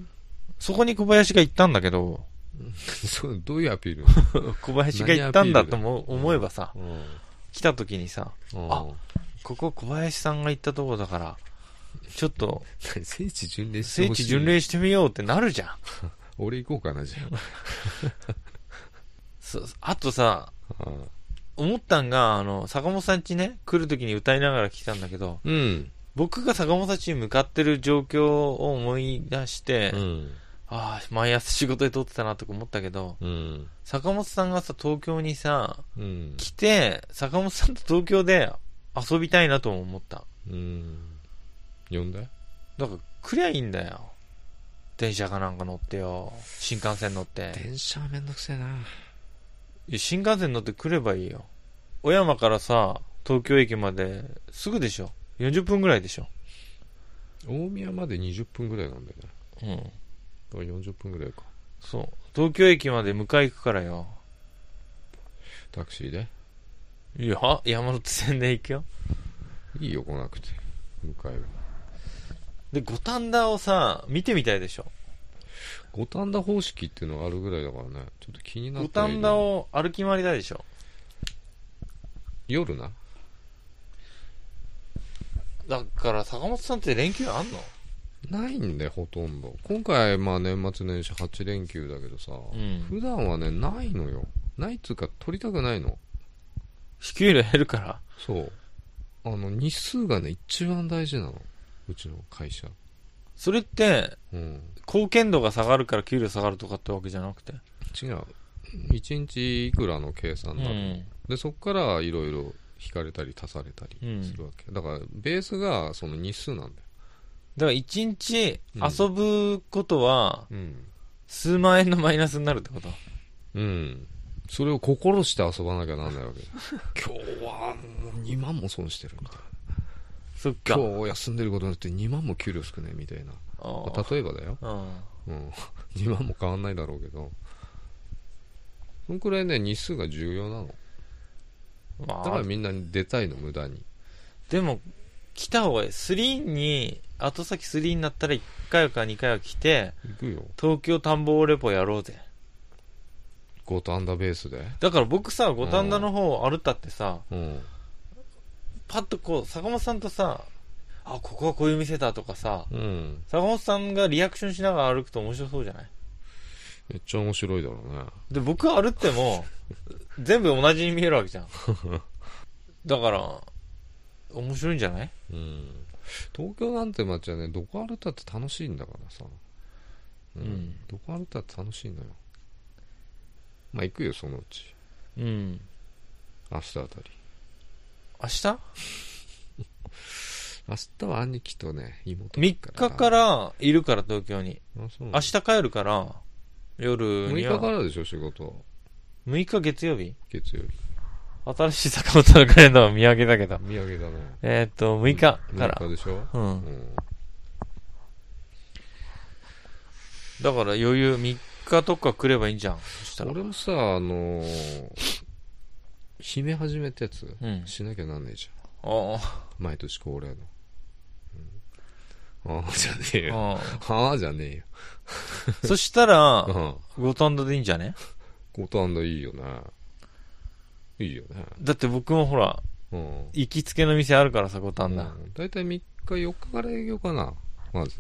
そこに小林が行ったんだけど、 そう、どういうアピール？ 小林が行ったんだとも思えばさ、うん、来た時にさ、うん、あ、ここ小林さんが行ったところだから、ちょっと、 聖地巡礼して聖地巡礼してみようってなるじゃん。 俺行こうかな、じゃあ。 そあとさ、うん、思ったんが、あの、坂本さん家ね、来る時に歌いながら来たんだけど、うん、僕が坂本さん家に向かってる状況を思い出して、うん、ああ、毎朝仕事で撮ってたなとか思ったけど、うん、坂本さんがさ、東京にさ、うん、来て、坂本さんと東京で遊びたいなとも思った。 うん。呼んで？ だから来りゃいいんだよ。電車かなんか乗ってよ。新幹線乗って。 電車はめんどくせえな。いや、新幹線乗って来ればいいよ。小山からさ、東京駅まですぐでしょ。よんじゅっぷんぐらいでしょ。 大宮までにじゅっぷんぐらいなんだよね。うん。よんじゅっぷんぐらいか。 そう。東京駅まで迎え行くからよ。 タクシーで？ いや、山手線で行くよ。 いいよ、来なくて。向かいは。 で、五反田をさ、見てみたいでしょ。 五反田方式っていうのがあるぐらいだからね。ちょっと気になっ五てはいる。 反田を歩き回りたいでしょ。 夜な。 だから坂本さんって連休あんの？ ないんだよ、ほとんど。今回、まあ年末年始はち連休だけどさ、 うん、 普段はね、ないのよ。ないっつうか、取りたくないの。 給料減るから。 そう。あの、日数がね、一番大事なの。うちの会社。 それって、 うん。 貢献度が下がるから給料下がるとかってわけじゃなくて。 違う。いちにちいくらの計算なの、うん、で、そこからいろいろ引かれたり足されたりするわけ。うん、だから、ベースがその日数なんだよ。 だから一日遊ぶことは、 うん、 数万円のマイナスになるってこと？ うん。それを心して遊ばなきゃなんないわけ今日はもうにまんも損してるみたいな。 そっか。 今日休んでることによってにまんも給料少ないみたいな。まあ、例えばだよ。うん。にまんも変わんないだろうけど。そのくらいね、日数が重要なの。だからみんなに出たいの、無駄に。 でも、来た方がいい。スリーに、後先スリーになったらいっかいかにかいは来て、 行くよ。 東京探訪レポやろうぜ。 五反田ベースで。 だから僕さ、五反田の方歩ったってさ、 うん、 パッとこう、坂本さんとさ、あ、ここはこういう店だとかさ、 うん、 坂本さんがリアクションしながら歩くと面白そうじゃない？ めっちゃ面白いだろうね。 で、僕歩っても、全部同じに見えるわけじゃん。だから、面白いんじゃない？ うん。東京なんて街はね、どこ歩いたって楽しいんだからさ。うん。うん、どこ歩いたって楽しいのよ。まあ行くよ、そのうち。 うん。 明日あたり。 明日？ 明日は兄貴とね、妹みっかからいるから、東京に。 あ、そう。 明日帰るから、夜には。 むいかからでしょ、仕事。 むいか月曜日？ 月曜日。 新しい坂本のカレンダーを見上げたけど。 見上げたね。 えーっと、むいかから。 むいかでしょ？ うん。うん、だから余裕みっかとか来ればいいんじゃん。そしたら。 俺もさ、あのー、姫始めってやつ、うん、しなきゃなんねえじゃん。ああ。毎年恒例の。うん、ああ、じゃねえよ。ああ、じゃねえよ。 そしたら、五反田でいいんじゃね？ 五反田いいよね。いいよね。 だって僕もほら、うん、行きつけの店あるからさ、五反田。 だいたいみっかよっかから営業かな、まず。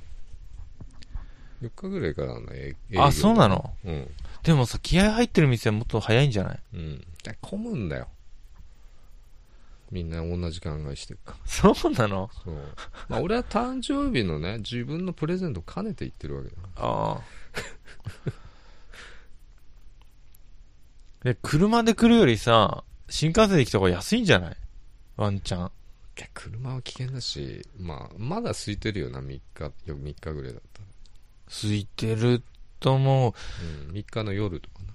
よっかぐらいからなんだ、営業。 あ、そうなの？ うん。 でもさ、気合入ってる店はもっと早いんじゃない？ うん。混むんだよ。みんな同じ考えしてるか。 そうなの？ そう。まあ俺は誕生日のね、自分のプレゼント兼ねて言ってるわけだ。 ああ。で、車で来るよりさ、新幹線で来た方が安いんじゃない？ワンチャン。いや、車は危険だし、まあ、まだ空いてるよな、みっか、みっかぐらいだったら。 空いてると思う。 うん、みっかの夜とか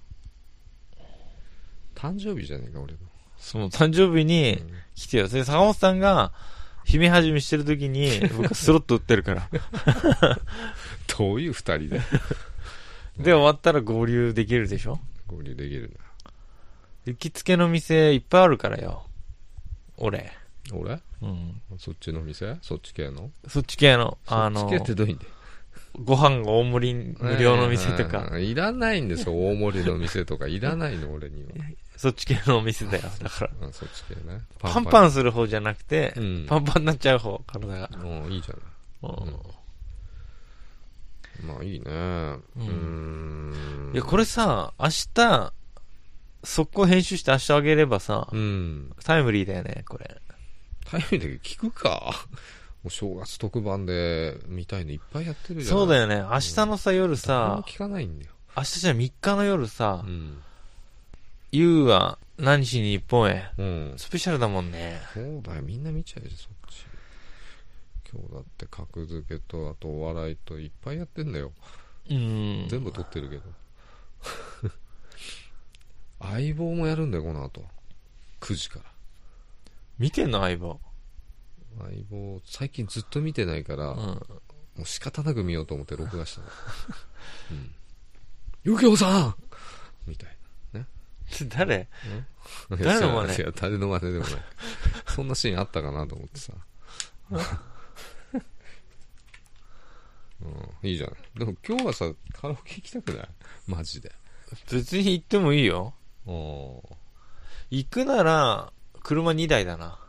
な。誕生日じゃねえか、俺の。 その誕生日に来てよ。それ坂本さんが、姫始めしてる時に、僕はスロット売ってるから。 どういう二人で。 で、終わったら合流できるでしょ？ 合流できるな。 行きつけの店いっぱいあるからよ。俺。 俺？ うん。 そっちの店？そっち系の？ そっち系の。あの、 そっち系ってどういうんだよ。 ご飯が大盛り無料の店とか。 いらないんですよ、大盛りの店とか。いらないの、俺には。 そっち系のお店だよ。だから。 あ、そっち系ね。 パンパン、パンパンする方じゃなくて、うん、パンパンになっちゃう方、体が。 うん、いいじゃない。うん、まあいいね。うん。うーんいや、これさ、明日、速攻編集して明日あげればさ、 うん、 タイムリーだよね、これ。 タイムリーで聞くか。もう正月特番で見たいのいっぱいやってるじゃん。 そうだよね。明日のさ、夜さ、 聞かないんだよ。 明日じゃみっかの夜さ、 うん、 ユウは何しに日本へ、 うん、 スペシャルだもんね。 そうだよ、みんな見ちゃうじゃん、そっち。今日だって格付けと、あとお笑いといっぱいやってんだよ。 うん。 全部撮ってるけど。相棒もやるんだよ、この後。くじから。 見てんの、相棒。 相棒、最近ずっと見てないから、うん、もう仕方なく見ようと思って録画したの。うん。右京さんみたいな。ね。 誰うん、 誰の真似？ いや、誰の真似でもない。そんなシーンあったかなと思ってさ。うん、いいじゃん。でも今日はさ、カラオケ行きたくない？マジで。 別に行ってもいいよ。 お行くなら、車にだいだな。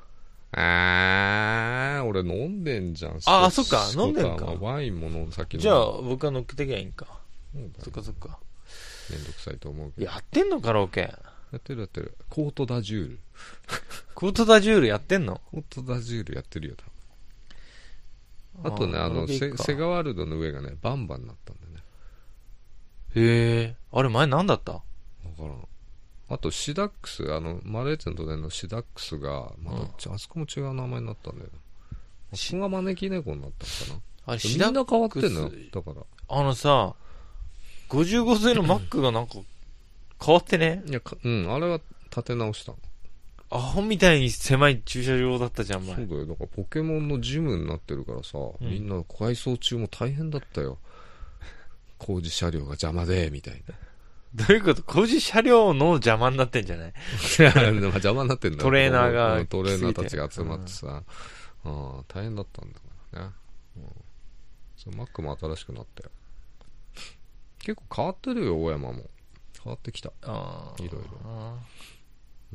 あー、俺飲んでんじゃん。 ああ、そっか、飲んでんか。 まあ、ワインも飲ん先の。 じゃあ、僕は乗っけてきゃいいんか。 うんそっかそっか。 めんどくさいと思うけど。 やってんのカラオケ。 やってるやってる。コートダジュール。 コートダジュールやってんの？ コートダジュールやってるよ、多分。あとね、あの、セセガワールドの上がね、バンバンになったんだよね。 へえ。あれ前何だった？ わからん。あと、シダックス、あの、マレーツの都電のシダックスが、また、うん、あそこも違う名前になったんだよね。あそこが招き猫になったのかな。あれ、シダックス。みんな変わってんのよ、だから。 あのさ、ごじゅうごせいのマックがなんか、変わってね？ いや、うん、あれは立て直したの。 アホみたいに狭い駐車場だったじゃん、前。 そうだよ。だからポケモンのジムになってるからさ、うん、みんな改装中も大変だったよ。工事車両が邪魔で、みたいな。 どういうこと？工事車両の邪魔になってんじゃない？ 邪魔になってんだ。 トレーナーが。 トレーナーたちが集まってさ、うん、あ大変だったんだからね。うん、そう、マックも新しくなったよ。結構変わってるよ、大山も。変わってきた。あいろいろ。うん。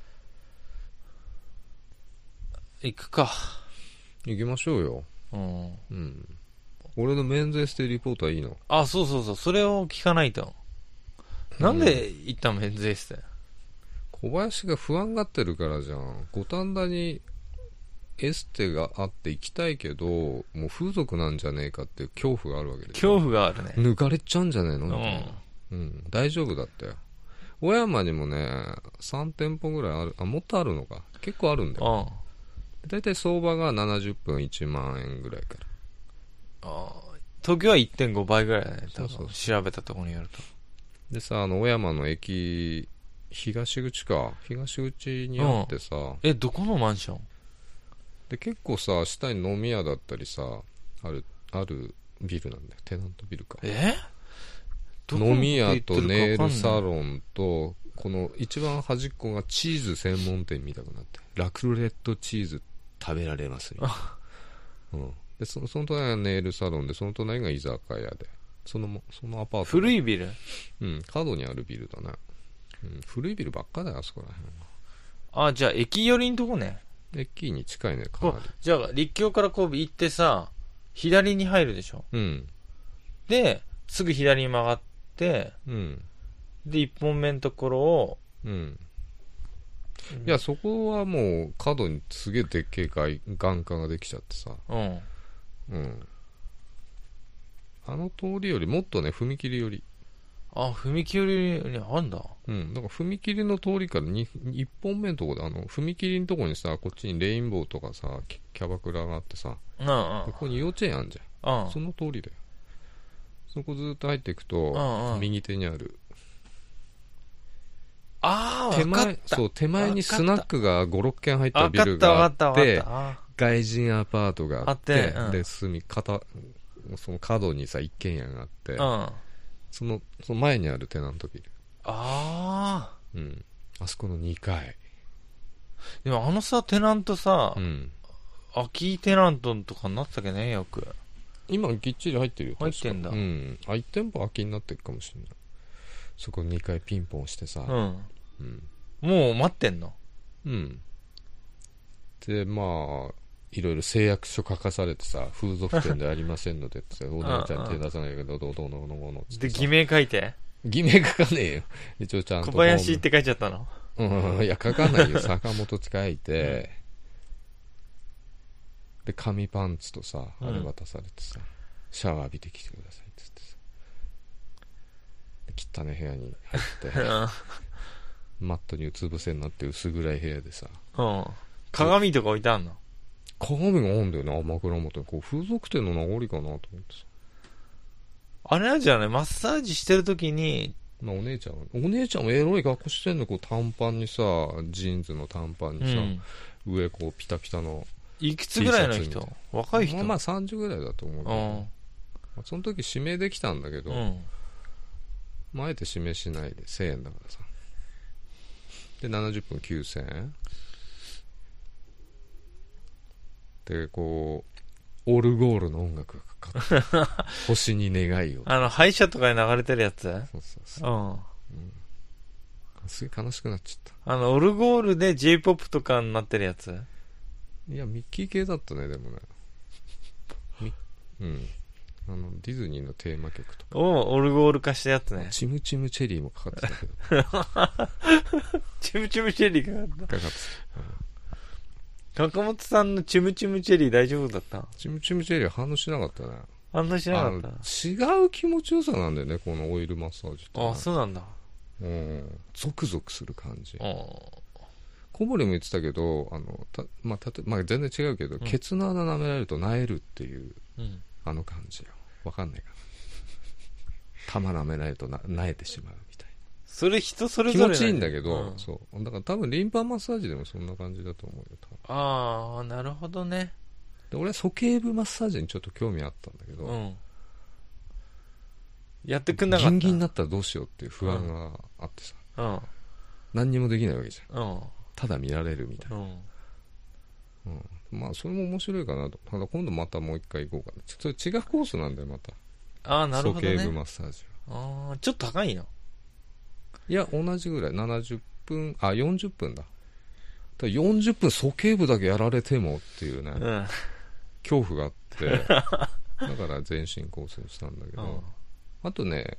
行くか。 行きましょうよ。うん。うん。俺のメンズエステリポートはいいの？ あ、そうそうそう。それを聞かないと。なんで行ったの、メンズエステ？ 小林が不安がってるからじゃん。五反田にエステがあって行きたいけど、もう風俗なんじゃねえかっていう恐怖があるわけでしょ。恐怖があるね。 抜かれちゃうんじゃねえのみたいな。うん。大丈夫だったよ。小山にもね、さん店舗ぐらいある。あ、もっとあるのか。結構あるんだよ。だいたい相場がななじゅっぷんいちまんえんぐらいから。 ああ。東京は いってんご 倍ぐらいだね。多分そうそうそう調べたところによると。 でさ、あの、小山の駅、東口か。東口にあってさ。うん、 え、どこのマンション？ で、結構さ、下に飲み屋だったりさ、ある、あるビルなんだよ。テナントビルか。 え飲み屋とネイルサロンと、この一番端っこがチーズ専門店みたくなって、ラクレットチーズ食べられますよ。うん。で、その、その隣がネイルサロンで、その隣が居酒屋で、その、そのアパート。 古いビル？ うん、角にあるビルだね。うん、古いビルばっかだよ、あそこら辺は。あ、じゃあ駅寄りんとこね。 駅に近いね、かなり。 じゃあ、立教からこう行ってさ、左に入るでしょ。 うん。 で、すぐ左に曲がって、 うん。 で、一本目のところを、 うん。いや、そこはもう角にすげえでっけえ眼科ができちゃってさ。 うん。 うん。あの通りよりもっとね、踏切より。 あ、踏切にあんだ。 うん。だから踏切の通りからにいっぽんめのとこで、あの、踏切のとこにさ、こっちにレインボーとかさ、キャバクラがあってさ、 うんうん。 ここに幼稚園あんじゃん。 うん。 その通りだよ。そこずっと入っていくと、 うんうん、 右手にある。 ああ、 手前、そう、手前にスナックがご、ろっけん入ったビルがあって、外人アパートがあって、あって、うん、で、隅、片、その角にさ、一軒家があって、うん、その、その前にあるテナントビル。 ああ。 うん。あそこのにかい。 でもあのさ、テナントさ、 うん、 空きテナントとかになってたっけね、よく。 今、ぎっちり入ってるよ。 入ってんだ。 うん。あ、いち店舗空きになってるかもしれない。そこにかいピンポンしてさ。 うん。うん、もう待ってんの？ うん。で、まあ、いろいろ誓約書書かされてさ、風俗店でありませんのでって、お姉ちゃん手出さないけど、どうどうののもので、偽名書いて？ 偽名書かねえよ。一応ちゃんと。 小林って書いちゃったの？ うん、いや、書かないよ。坂本って書いて、うん、で、紙パンツとさ、あれ渡されてさ、うん、シャワー浴びてきてくださいって言ってさ、汚い部屋に入って、マットにうつ伏せになって薄暗い部屋でさ、 うん、鏡とか置いてあんの？ 鏡があんだよね、枕元に。こう風俗店の名残かなと思ってさ。 あれなんじゃない？マッサージしてるときに、 まあ、お姉ちゃんは、お姉ちゃんもエロい格好してんの、こう短パンにさ、ジーンズの短パンにさ、うん、上こうピタピタの。 いくつぐらいの人？若い人？ まあまあさんじゅうぐらいだと思うけど、ね、まあ、その時指名できたんだけど、うん、まあ、あえて指名しないでせんえんだからさ。 でななじゅっぷんきゅうせんえんでこうオルゴールの音楽がかかって星に願いをあの歯医者とかに流れてるやつ。 そうそうそう、 うん、 うん、すげえ悲しくなっちゃった。 あのオルゴールで J-ポップ とかになってるやつ。 いやミッキー系だったね。でもねみうんあのディズニーのテーマ曲とかをオルゴール化したやつね。 チムチムチェリーもかかってたけどチムチムチェリーかかった。 かかってた。岡本さんのチムチムチェリー大丈夫だった？ チムチムチェリー反応しなかったね。 反応しなかった。 違う気持ちよさなんだよね、このオイルマッサージって、ね。 あ、そうなんだ。 うん。ゾクゾクする感じ。 うん。 小堀も言ってたけど、あの、たまあ、たとまあ、全然違うけど、うん、ケツの穴舐められると萎えるっていう、うん、あの感じよ。わかんないかな。玉舐められるとな萎えてしまうみたいな。 それ人それぞれ気持ちいいんだけど、 うん、 そう。だから多分リンパマッサージでもそんな感じだと思うよ、多分。 ああ、なるほどね。 で俺は鼠径部マッサージにちょっと興味あったんだけど、うん、 やってくんなかった。 ギンギンになったらどうしようっていう不安があってさ、うん、何にもできないわけじゃん、うん、ただ見られるみたいな、うんうん、まあそれも面白いかなと。ただ今度またもう一回行こうかな。ちょっと違うコースなんだよまた。 ああ、なるほどね。 鼠径部マッサージは。ああ、ちょっと高いの？ いや同じぐらい。ななじゅっぷん、あよんじゅっぷんだ。だよんじゅっぷん鼠径部だけやられてもっていうね、うん、恐怖があってだから全身コースにしたんだけど、うん、あとね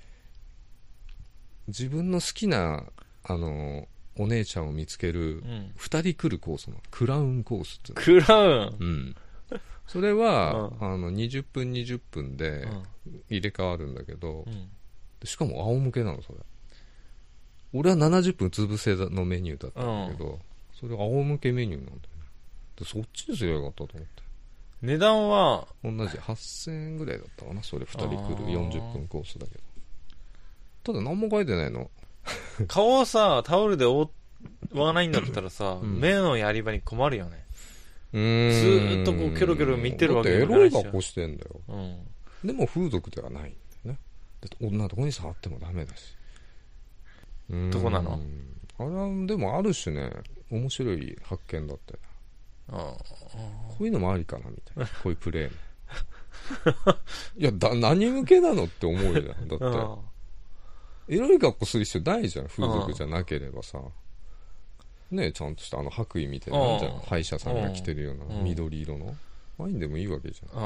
自分の好きなあのお姉ちゃんを見つけるふたり来るコースのクラウンコースっていうの。クラウン、 うん、それは、うん、あのにじゅっぷんにじゅっぷんで入れ替わるんだけど、うん、しかも仰向けなのそれ。俺はななじゅっぷんうつ伏せのメニューだったんだけど、うん、それ仰向けメニューなんだよね。でそっちにすればよかったと思って。 値段は同じはっせんえんぐらいだったかな。それふたり来るよんじゅっぷんコースだけど。ただ何も書いてないの。 顔をさタオルで覆わないんだったらさ、うん、目のやり場に困るよね。うーん、ずーっとこうキョロキョロ見てるわけじゃないし。だってエロい格好してんだよ、うん、でも風俗ではないんだよね。だって女のとこに触ってもダメだし。 どこなの？ あれはでもある種ね面白い発見だったよ。ああ、こういうのもありかなみたいな。こういうプレーいやだ何向けなのって思うよ。だってエロい格好する必要ないじゃん。風俗じゃなければさねえ、ちゃんとしたあの白衣みたいなじゃん。歯医者さんが着てるような緑色のワインでもいいわけじゃん。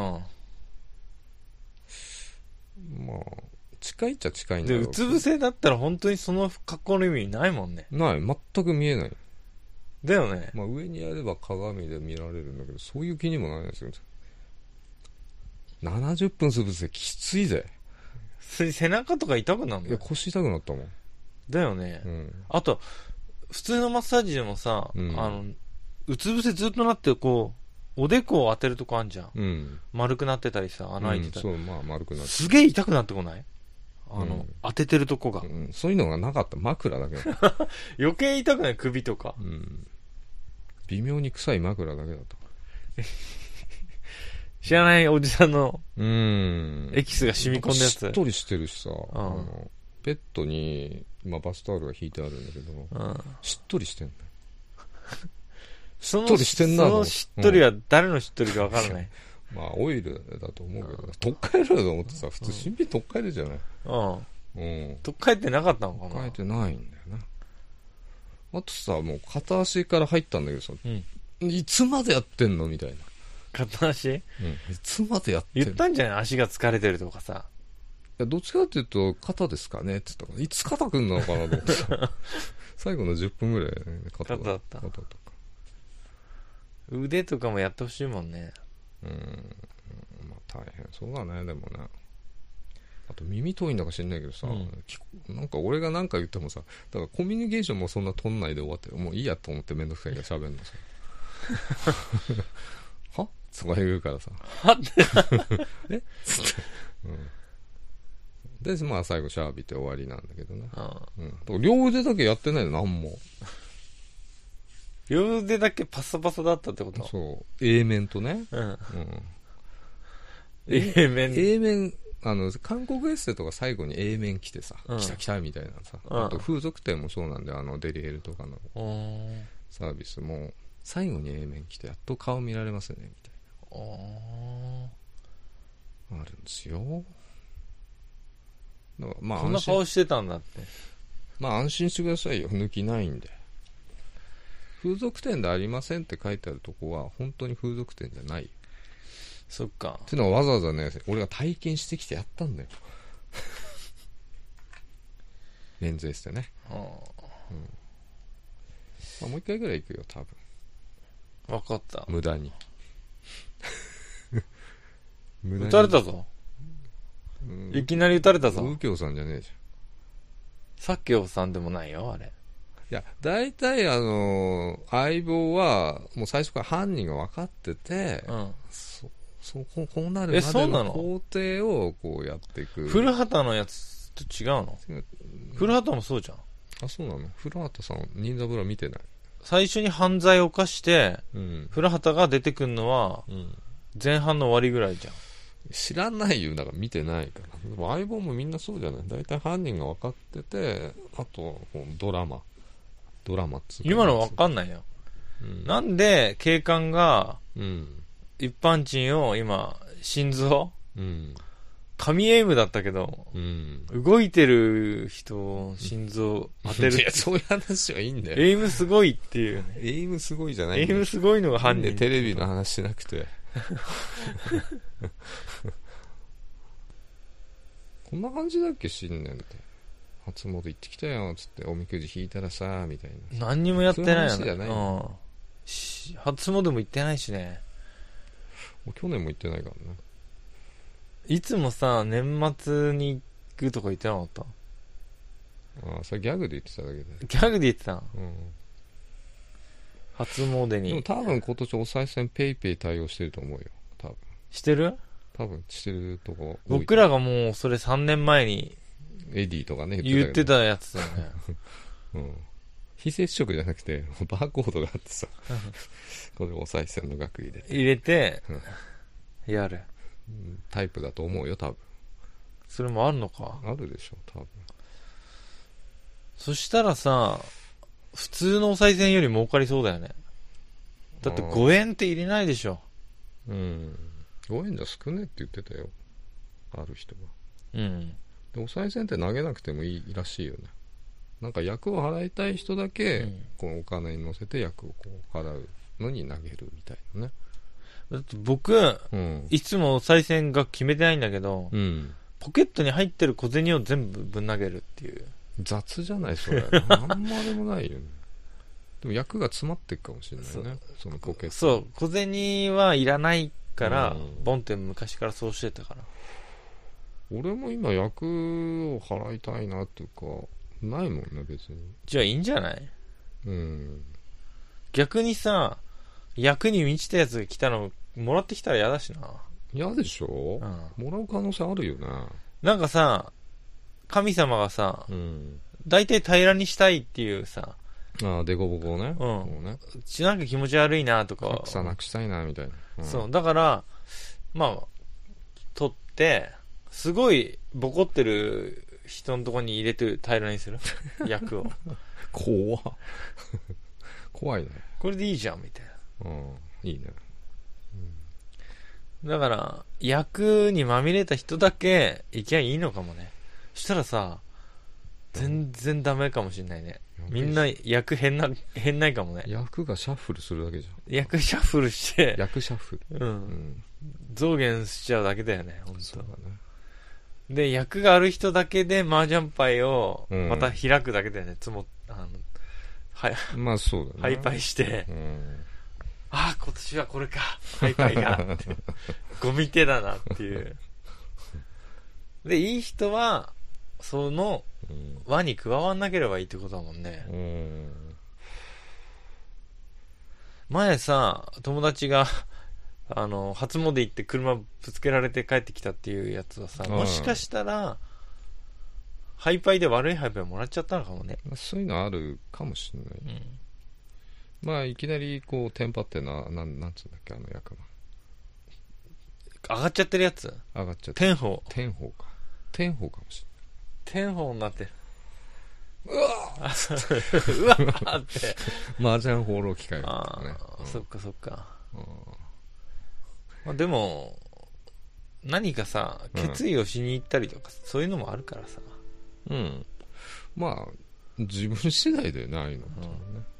まあ近いっちゃ近いんだよ。 でうつ伏せだったら本当にその格好の意味ないもんね。 ない、全く見えないだよね。 まあ上にやれば鏡で見られるんだけどそういう気にもならないですよ。ななじゅっぷんうつ伏せきついぜ。 背中とか痛くなるの？ いや腰痛くなったもん。 だよね、うん、あと普通のマッサージでもさ、うん、あのうつ伏せずっとなってこうおでこを当てるとこあんじゃん、うん、丸くなってたりさ穴開いてたり、 うん、そうまあ丸くなってすげえ痛くなってこない？あの、うん、当ててるとこが、うん、 そういうのがなかった。枕だけ余計痛くない？首とか、うん、 微妙に臭い枕だけだった知らないおじさんのエキスが染み込んだやつ。 しっとりしてるしさ、うん、あのベッドに今バスタオルが引いてあるんだけど、うん、しっとりしてんだよしっとりしてんな。 そのしっとりは誰のしっとりか分からない、 うん、まあオイルだと思うけど、とっかえるだと思ってさ、普通新品とっかえるじゃない、うんうん、とっかえってなかったのかな。 とっかえてないんだよな。あとさもう片足から入ったんだけどさ、うん、いつまでやってんのみたいな。 片足、うん、いつまでやってんの。 言ったんじゃない？足が疲れてるとかさ。 いやどっちかっていうと肩ですかねって言ったからいつ肩くんのかなと思って最後のじゅっぷんぐらい、ね、肩だった肩とか腕とかもやってほしいもんね。 うんまあ大変そうだね。でもねあと耳遠いんだか知んないけどさ、うん、なんか俺が何か言ってもさだからコミュニケーションもそんな取んないで終わってもういいやと思ってめんどくさいから喋んのさはそこへ言うからさはってえっつって、うん、でまあ最後シャワー浴びて終わりなんだけどね、うん、両腕だけやってないの何も。 両腕だけパサパサだったってこと？ そう A 面とね、うんうん、 A 面 A 面あの韓国エステとか最後に A 面来てさ、 うん、 来た来たみたいなさ、 うん、 あと風俗店もそうなんで、あのデリヘルとかのサービスも最後に A 面来てやっと顔見られますよねみたいな、あるんですよ。だからまあこんな顔してたんだって。 まあ安心してくださいよ、抜きないんで。風俗店でありませんって書いてあるとこは本当に風俗店じゃないよ。 そっか。 っていうのはわざわざね、俺が体験してきてやったんだよ。メンズエステね。あ、うん、まあ、もう一回ぐらい行くよ多分。 分かった。 無駄に。 無駄に撃たれたぞ、うん、いきなり撃たれたぞ。 右京さんじゃねえじゃん。 左京さんでもないよあれ。 いや大体あのー、相棒はもう最初から犯人が分かってて、うん、そそうこうなるまでの工程をこうやっていく。 古畑のやつと違うの？うん、古畑もそうじゃん。 あ、そうなの？古畑さん忍者ブラ見てない。 最初に犯罪を犯して、うん、古畑が出てくるのは、うん、前半の終わりぐらいじゃん。 知らないよ、だから見てないから。でも相棒もみんなそうじゃない。大体犯人が分かってて、あとドラマドラマっつうか今の分かんないよ、うん、なんで警官が、うん、一般人を今心臓、うん、神エイムだったけど、うん、動いてる人心臓当てるいやそういう話はいいんだよ。 エイムすごいっていう、ね、 エイムすごいじゃないんだよ。エイムすごいのが犯人でテレビの話しなくてこんな感じだっけ新年って初詣行ってきたよつっておみくじ引いたらさみたいな。何にもやってないよね。 そういう話じゃない、うん、 初詣も行ってないしね。 もう去年も行ってないからね。 いつもさ年末に行くとか言ってなかった？ ああそれギャグで言ってただけで。 ギャグで言ってたん、うん、初詣に。 でも多分今年お賽銭ペイペイ対応してると思うよ多分。 してる？ 多分してるとこ。 僕らがもうそれさんねんまえにエディとかね言ってたやつだよね、 うん、非接触じゃなくてバーコードがあってさこれお賽銭の額入れて入れてやるタイプだと思うよ多分。 それもあるのか。 あるでしょ多分。 そしたらさ普通のお賽銭より儲かりそうだよね。だってごえんって入れないでしょ。 うん、ごえんじゃ少ねって言ってたよある人は。うんでお賽銭って投げなくてもいいらしいよね。なんか役を払いたい人だけ、うん、このお金に乗せて役をこう払うのに投げるみたいなね。 だって僕、うん、いつもお賽銭が決めてないんだけど、うん、ポケットに入ってる小銭を全部ぶん投げるっていう。 雑じゃないそれあんまでもないよね。でも役が詰まっていくかもしれないね そ, そのポケット。 そう小銭はいらないから、うん、ボンって昔からそうしてたから。 俺も今役を払いたいなっていうかないもんね別に。 じゃあいいんじゃない？うん。逆にさ役に満ちたやつが来たのもらってきたら嫌だしな。 嫌でしょ、うん、もらう可能性あるよね。 なんかさ神様がさ、うん、大体平らにしたいっていうさああデコボコをね、うんうねなんか気持ち悪いなとか格差なくしたいなみたいな、 うん、そうだからまあ取ってすごいボコってる人のとこに入れて平らにする役を怖怖いね。 これでいいじゃんみたいな。うんいいね、 うん、だから役にまみれた人だけ行きゃいいのかもね。したらさ全然ダメかもしんないね。みんな役変な変ないかもね。 役がシャッフルするだけじゃん。 役シャッフルして役シャッフル、うん、うん、 増減しちゃうだけだよね本当。 そうだね。 で役がある人だけで麻雀牌をまた開くだけだよね、うん、つもあのはまあそうだね。 ハイパイして、うん、ああ今年はこれかハイパイがってゴミ手だなっていうでいい人はその輪に加わんなければいいってことだもんね、うん、前さ友達があの初詣行って車ぶつけられて帰ってきたっていうやつはさ、もしかしたらハイパイで悪いハイパイもらっちゃったのかもね。 そういうのあるかもしれない、うん、まあいきなりこうテンパってな、なん、なんつうんだっけあの役は上がっちゃってるやつ上がっちゃって天宝。 天宝か。天宝かもし天宝になってる。 れない。うわうわーって。 麻雀放浪機械みたいあなね。 あ、そっかそっか。 うんまあ、でも、何かさ、 うん決意をしに行ったりとか、そういうのもあるからさ。 うん。まあ、自分次第だよね、ああいうのってね。 うんうん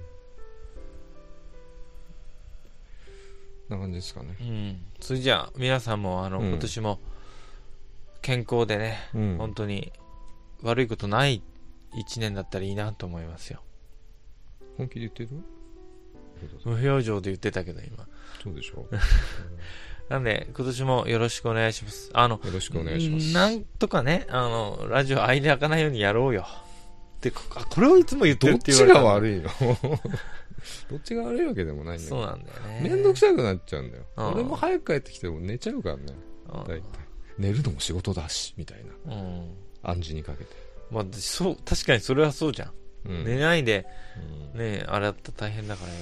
な感じですかね。 うん。それじゃあ、皆さんも、あの、 うん今年も、健康でね、 うん。 本当に、悪いことない一年だったらいいなと思いますよ。 本気で言ってる？ 無表情で言ってたけど、今。 そうでしょ。 なんで、今年もよろしくお願いします。あの、 よろしくお願いします。 なんとかね、あの、ラジオ間開かないようにやろうよ。って、こあこれをいつも言ってるどっちって言われたの。 が悪いのどっちが悪いわけでもないんだよ。 そうなんだよね。 めんどくさくなっちゃうんだよ。 うん俺も早く帰ってきても寝ちゃうからね。 うん大体。寝るのも仕事だし、みたいな。 うん。 暗示にかけて。 まあ、そう、確かにそれはそうじゃん。 うん。 寝ないで、 うんね、あれだったら大変だからよ。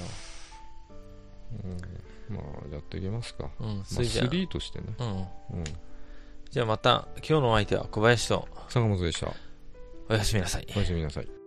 うん、まあ、やっていきますか。 うん、 まあ、 それじゃあ、 スリーとしてね。 うん。 うん。 じゃあまた、今日のお相手は小林と、 坂本でした。 おやすみなさい。 おやすみなさい。